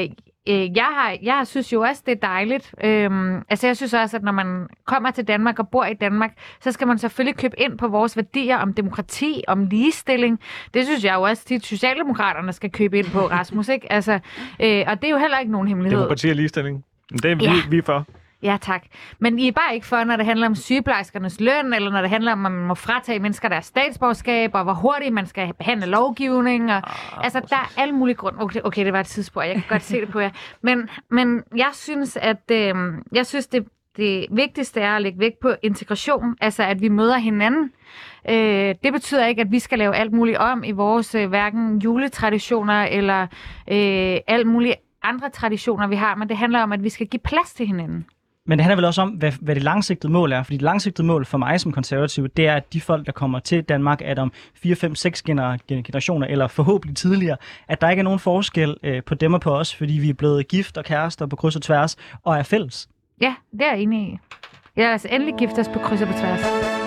øh, jeg, har, jeg synes jo også, det er dejligt. Øhm, altså jeg synes også, at når man kommer til Danmark og bor i Danmark, så skal man selvfølgelig købe ind på vores værdier om demokrati, om ligestilling. Det synes jeg jo også, at Socialdemokraterne skal købe ind på, Rasmus, ikke? Altså, øh, og det er jo heller ikke nogen hemmelighed. Demokrati og ligestilling. Det er vi, Ja. vi er for. Ja, tak. Men I er bare ikke for, når det handler om sygeplejerskernes løn, eller når det handler om, at man må fratage mennesker deres statsborgerskab, og hvor hurtigt man skal behandle lovgivning. Og, ah, altså, der er alle mulige grunde. Okay, okay, det var et tidsspor. Jeg kan godt se det på jer. Men, men jeg synes, at øh, jeg synes, det, det vigtigste er at lægge vægt på integration. Altså, at vi møder hinanden. Øh, det betyder ikke, at vi skal lave alt muligt om i vores øh, hverken juletraditioner, eller øh, alt muligt andre traditioner, vi har. Men det handler om, at vi skal give plads til hinanden. Men det handler vel også om, hvad, hvad det langsigtede mål er. Fordi det langsigtede mål for mig som konservativ, det er, at de folk, der kommer til Danmark, er om fire, fem, seks generationer, eller forhåbentlig tidligere, at der ikke er nogen forskel øh, på dem og på os, fordi vi er blevet gift og kærester på kryds og tværs, og er fælles. Ja, det er jeg enig i. Jeg er altså endelig gift os på kryds og på tværs.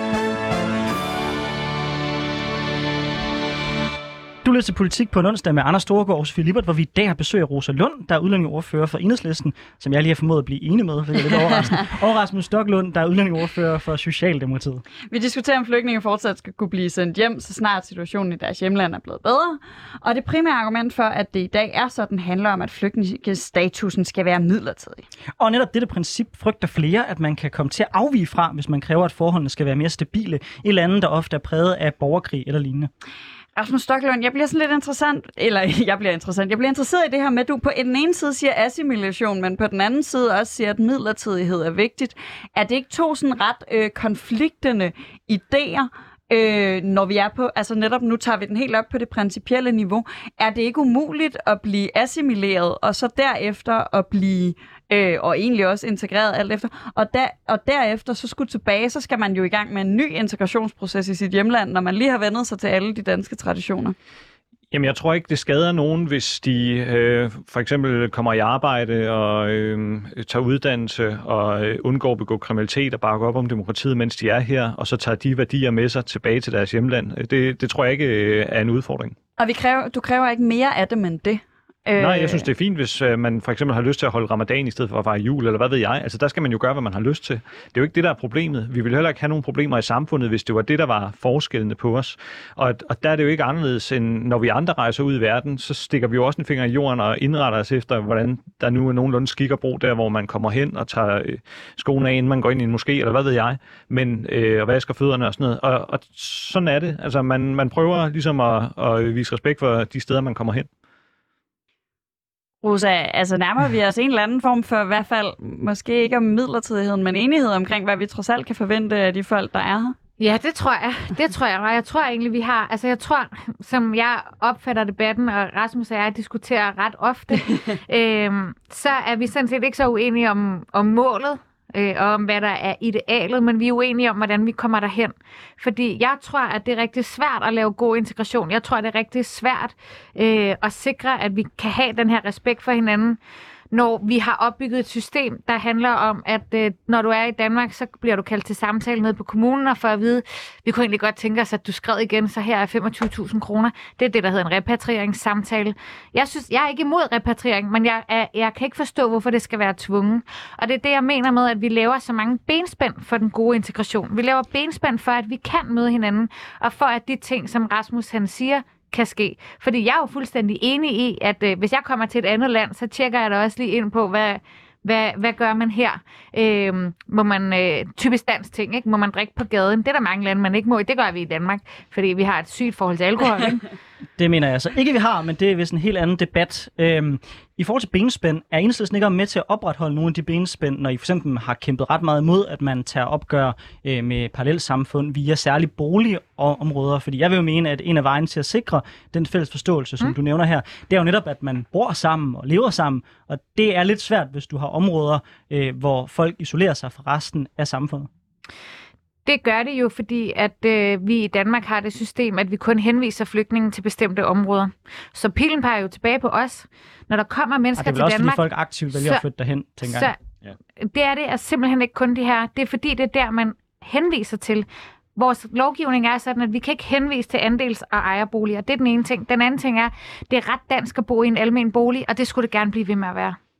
Du lytter til Politik på en onsdag med Anders Storgård og Sofie Lippert, hvor vi i dag har besøg af Rosa Lund, der er udlændingeordfører for Enhedslisten, som jeg lige har formået at blive enig med, for det er lidt overraskende. Og Rasmus Stoklund, der er udlændingeordfører for Socialdemokratiet. Vi diskuterer, om flygtninge fortsat skal kunne blive sendt hjem, så snart situationen i deres hjemland er blevet bedre. Og det primære argument for, at det i dag er sådan, handler om, at flygtningestatusen skal være midlertidig. Og netop dette princip frygter flere, at man kan komme til at afvige fra, hvis man kræver, at forholdene skal være mere stabile i lande, der ofte er præget af borgerkrig eller lignende. Rasmus Stoklund, jeg bliver sådan lidt interessant, eller jeg bliver interessant, jeg bliver interesseret i det her med, at du på den ene side siger assimilation, men på den anden side også siger, at midlertidighed er vigtigt. Er det ikke to sådan ret øh, konfliktende idéer, øh, når vi er på, altså netop nu tager vi den helt op på det principielle niveau. Er det ikke umuligt at blive assimileret, og så derefter at blive Øh, og egentlig også integreret alt efter. Og, der, og derefter så skulle tilbage, så skal man jo i gang med en ny integrationsproces i sit hjemland, når man lige har vendet sig til alle de danske traditioner. Jamen, jeg tror ikke, det skader nogen, hvis de øh, for eksempel kommer i arbejde og øh, tager uddannelse og øh, undgår at begå kriminalitet og bakker op om demokratiet, mens de er her, og så tager de værdier med sig tilbage til deres hjemland. Det, det tror jeg ikke øh, er en udfordring. Og vi kræver, du kræver ikke mere af dem end det? Nej, jeg synes, det er fint, hvis øh, man for eksempel har lyst til at holde ramadan i stedet for at fejre jul, eller hvad ved jeg. Altså, der skal man jo gøre, hvad man har lyst til. Det er jo ikke det, der er problemet. Vi vil heller ikke have nogen problemer i samfundet, hvis det var det, der var forskellene på os. Og, og der er det jo ikke anderledes, end når vi andre rejser ud i verden, så stikker vi jo også en finger i jorden og indretter os efter, hvordan der nu er nogenlunde skik og brug der, hvor man kommer hen og tager øh, skoene af, inden man går ind i en moské, eller hvad ved jeg, men, øh, og vasker fødderne og sådan noget. Og, og sådan er det. Altså, man, man prøver ligesom at, at vise respekt for de steder, man kommer hen. Rosa, altså nærmer vi os en eller anden form for, i hvert fald, måske ikke om midlertidigheden, men enighed omkring, hvad vi trods alt kan forvente af de folk, der er her? Ja, det tror jeg. Det tror jeg. Og jeg tror egentlig, vi har... Altså, jeg tror, som jeg opfatter debatten, og Rasmus og jeg diskuterer ret ofte, øhm, så er vi sådan set ikke så uenige om, om målet, øh, og om hvad der er idealet, men vi er uenige om, hvordan vi kommer derhen. Fordi jeg tror, at det er rigtig svært at lave god integration. Jeg tror, det er rigtig svært øh, at sikre, at vi kan have den her respekt for hinanden, når vi har opbygget et system, der handler om, at øh, når du er i Danmark, så bliver du kaldt til samtale nede på kommunen, og for at vide, vi kunne egentlig godt tænke os, at du skred igen, så her er femogtyve tusind kroner. Det er det, der hedder en repatrieringssamtale. Jeg synes, jeg er ikke imod repatriering, men jeg, er, jeg kan ikke forstå, hvorfor det skal være tvunget. Og det er det, jeg mener med, at vi laver så mange benspænd for den gode integration. Vi laver benspænd for, at vi kan møde hinanden, og for at de ting, som Rasmus han siger, kan ske. Fordi jeg er jo fuldstændig enig i, at øh, hvis jeg kommer til et andet land, så tjekker jeg da også lige ind på, hvad, hvad, hvad gør man her? Øh, må man, øh, typisk dansk ting, ikke? Må man drikke på gaden? Det er der mange lande, man ikke må. Det gør vi i Danmark, fordi vi har et sygt forhold til alkohol, ikke? Det mener jeg så ikke, vi har, men det er vist en helt anden debat. Øhm, I forhold til benspænd, er Enhedslisten ikke med til at opretholde nogle af de benspænd, når I for eksempel har kæmpet ret meget imod, at man tager opgør øh, med parallelsamfund via særlige boligområder? Fordi jeg vil jo mene, at en af vejen til at sikre den fælles forståelse, som mm. du nævner her, det er jo netop, at man bor sammen og lever sammen. Og det er lidt svært, hvis du har områder, øh, hvor folk isolerer sig fra resten af samfundet. Det gør det jo, fordi at øh, vi i Danmark har det system, at vi kun henviser flygtninge til bestemte områder. Så pilen peger jo tilbage på os. Når der kommer mennesker til Danmark... Det er vel også, fordi folk aktivt vælger så, at flytte derhen, tænker jeg. Så, ja. Det er det er simpelthen ikke kun det her. Det er fordi, det er der, man henviser til. Vores lovgivning er sådan, at vi kan ikke henvise til andels- og ejerboliger. Det er den ene ting. Den anden ting er, det er ret dansk at bo i en almen bolig, og det skulle det gerne blive ved med at være.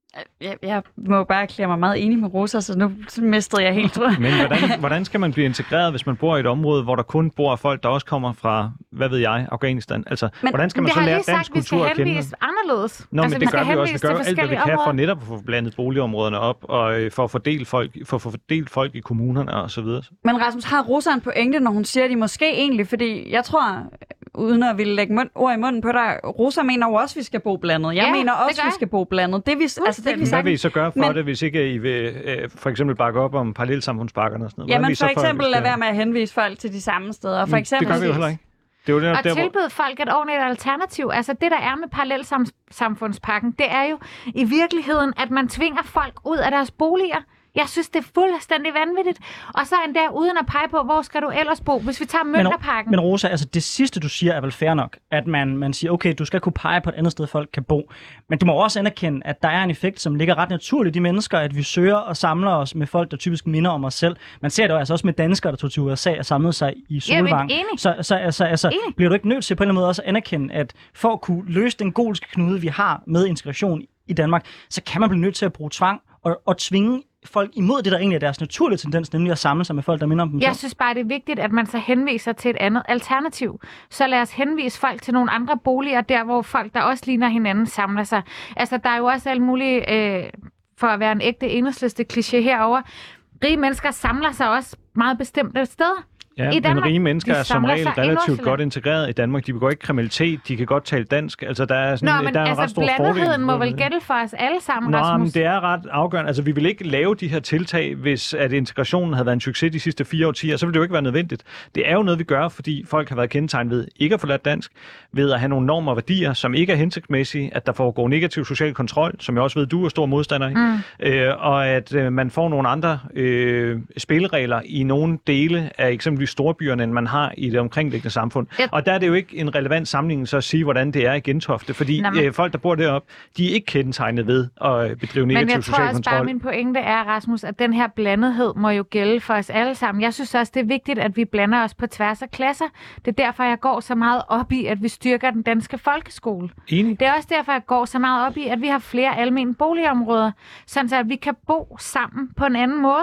Jeg, jeg må bare erklære mig meget enig med Rosa, så nu mistede jeg helt, tror jeg. Men hvordan, hvordan skal man blive integreret, hvis man bor i et område, hvor der kun bor folk, der også kommer fra, hvad ved jeg, Afghanistan? Altså, men, hvordan skal man så lære dansk kultur at kende? Det har lige sagt, vi skal anderledes. Nå, altså, men det gør vi også. Vi gør jo alt, hvad vi kan områder. for netop at få blandet boligområderne op, og øh, for at fordele folk, for at få fordelt folk i kommunerne og så videre. Men Rasmus, har Rosa en pointe, når hun siger, at de måske egentlig, fordi jeg tror, uden at ville lægge mund, ord i munden på dig, Rosa mener jo også, at vi skal bo blandet. Jeg ja, mener også, at vi skal bo blandet. Det, vi, altså, det kan vi Hvad vil I så gøre for men, det, hvis ikke I vil øh, for eksempel bakke op om parallelsamfundspakkerne og sådan noget? Jamen for for eksempel lade være med at henvise folk til de samme steder. For eksempel, det gør vi jo heller ikke. Det er jo der, og der, tilbyde hvor... folk et ordentligt alternativ. Altså det, der er med parallelsamfundspakken, det er jo i virkeligheden, at man tvinger folk ud af deres boliger. Jeg synes, det er fuldstændig vanvittigt. Og så endda uden at pege på, hvor skal du ellers bo, hvis vi tager Mjølnerparken. Men, men Rosa, altså det sidste, du siger, er vel fair nok, at man, man siger, okay, du skal kunne pege på et andet sted, folk kan bo. Men du må også anerkende, at der er en effekt, som ligger ret naturligt i mennesker, at vi søger og samler os med folk, der typisk minder om os selv. Man ser det jo altså også med danskere, der tog til U S A og samlede sig i Solvang. Så, så altså, altså, bliver du ikke nødt til på en eller anden måde også at anerkende, at for at kunne løse den golske knude, vi har med integration i Danmark, så kan man blive nødt til at bruge tvang og, og tvinge folk imod det, der egentlig er deres naturlige tendens, nemlig at samle sig med folk, der minder om dem. Jeg synes bare, det er vigtigt, at man så henviser til et andet alternativ. Så lad os henvise folk til nogle andre boliger, der hvor folk, der også ligner hinanden, samler sig. Altså, der er jo også alle mulige, øh, for at være en ægte enhedsliste kliché herover. Rige mennesker samler sig også meget bestemte steder. Ja, I Danmark, men rige mennesker er som regel relativt godt integreret integreret i Danmark. De begår ikke kriminalitet, de kan godt tale dansk. Altså, der er, sådan, Nå, men der er altså, en ret stor fordel. blandetheden må vel gælde for os alle sammen, Nå, Rasmus? men det er ret afgørende. Altså, vi vil ikke lave de her tiltag, hvis at integrationen havde været en succes de sidste fire årtier. Så ville det jo ikke være nødvendigt. Det er jo noget, vi gør, fordi folk har været kendetegnet ved ikke at få lært dansk, ved at have nogle normer og værdier, som ikke er hensigtsmæssige, at der foregår negativ social kontrol, som jeg også ved, du er stor modstander i, mm. øh, og at øh, man får nogle andre øh, spilleregler i nogle dele af eksempelvis storbyerne, end man har i det omkringliggende samfund. Yep. Og der er det jo ikke en relevant sammenligning så at sige, hvordan det er i Gentofte, fordi Nå, men... øh, folk, der bor deroppe, de er ikke kendetegnet ved at bedrive negativ social kontrol. Men jeg tror også kontrol. Bare, min pointe er, Rasmus, at den her blandethed må jo gælde for os alle sammen. Jeg synes også, det er vigtigt, at vi blander os på tværs af klasser. Det er derfor, jeg går så meget op i, at vi styrker den danske folkeskole. Enig. Det er også derfor, jeg går så meget op i, at vi har flere almene boligområder, sådan at vi kan bo sammen på en anden måde.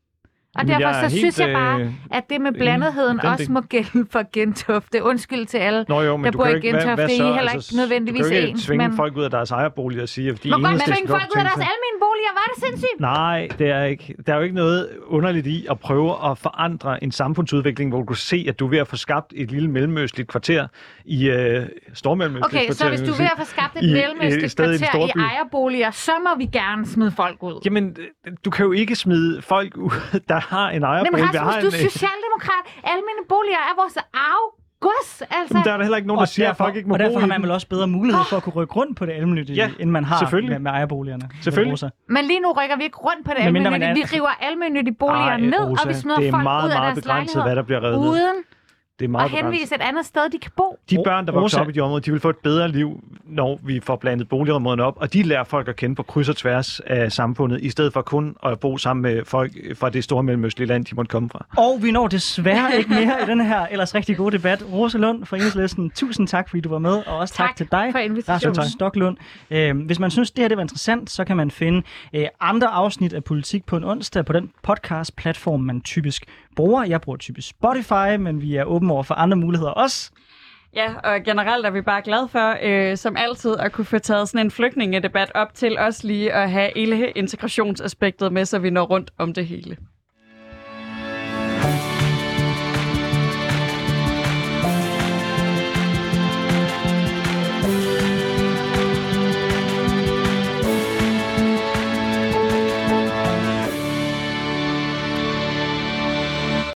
Og Jamen, derfor så helt, synes jeg bare, at det med blandetheden også det... må gælde for Gentofte. Undskyld til alle, Nå, jo, men der du bor i ikke, Gentofte. hvad, hvad I er heller altså, ikke nødvendigvis ens. Du kan jo ikke ens, tvinge men... folk ud af deres ejerbolig og sige, at de Må godt eneste... tvinge folk ud af deres almene boliger. Var det sindssygt? Nej, det er ikke. Der er jo ikke noget underligt i at prøve at forandre en samfundsudvikling, hvor du kan se, at du er ved at få skabt et lille mellemøstligt kvarter i uh, stormellemøstligt okay, kvarter. Okay, så hvis du er ved at få skabt et mellemøstligt kvarter i, i ejerboliger, så må vi gerne smide folk ud. Jamen, du kan jo ikke smide folk ud, der har en ejerbolig. Men Rasmus, du er socialdemokrat. Almene boliger er vores arv. Gods, altså. Men der er der heller ikke nogen, der siger, derfor, at folk ikke må og bo derfor i har man vel også bedre mulighed for at kunne rykke rundt på det almennyttige, ja, end man har med, med ejerboligerne. Selvfølgelig. Men lige nu rykker vi ikke rundt på det almennyttige. Vi river almennyttige boliger Ej, ned, Rosa, og vi smider folk meget, ud af meget deres begrænset, hvad der bliver revet uden det er meget og henvise et andet sted, de kan bo. De børn, der vokser op i de områder, de vil få et bedre liv, når vi får blandet boligområderne op, og de lærer folk at kende på kryds og tværs af samfundet, i stedet for kun at bo sammen med folk fra det store mellemøstlige land, de måtte komme fra. Og vi når desværre ikke mere i den her ellers rigtig gode debat. Rosa Lund fra Enhedslisten, tusind tak, fordi du var med, og også tak, tak til dig, Rasmus Stoklund. Øh, hvis man synes, det her det var interessant, så kan man finde øh, andre afsnit af Politik på en onsdag på den podcast-platform, man typisk bruger. Jeg bruger typisk Spotify, men vi er åbne over for andre muligheder også. Ja, og generelt er vi bare glade for, øh, som altid, at kunne få taget sådan en flygtningedebat op til os lige at have hele integrationsaspektet med, så vi når rundt om det hele.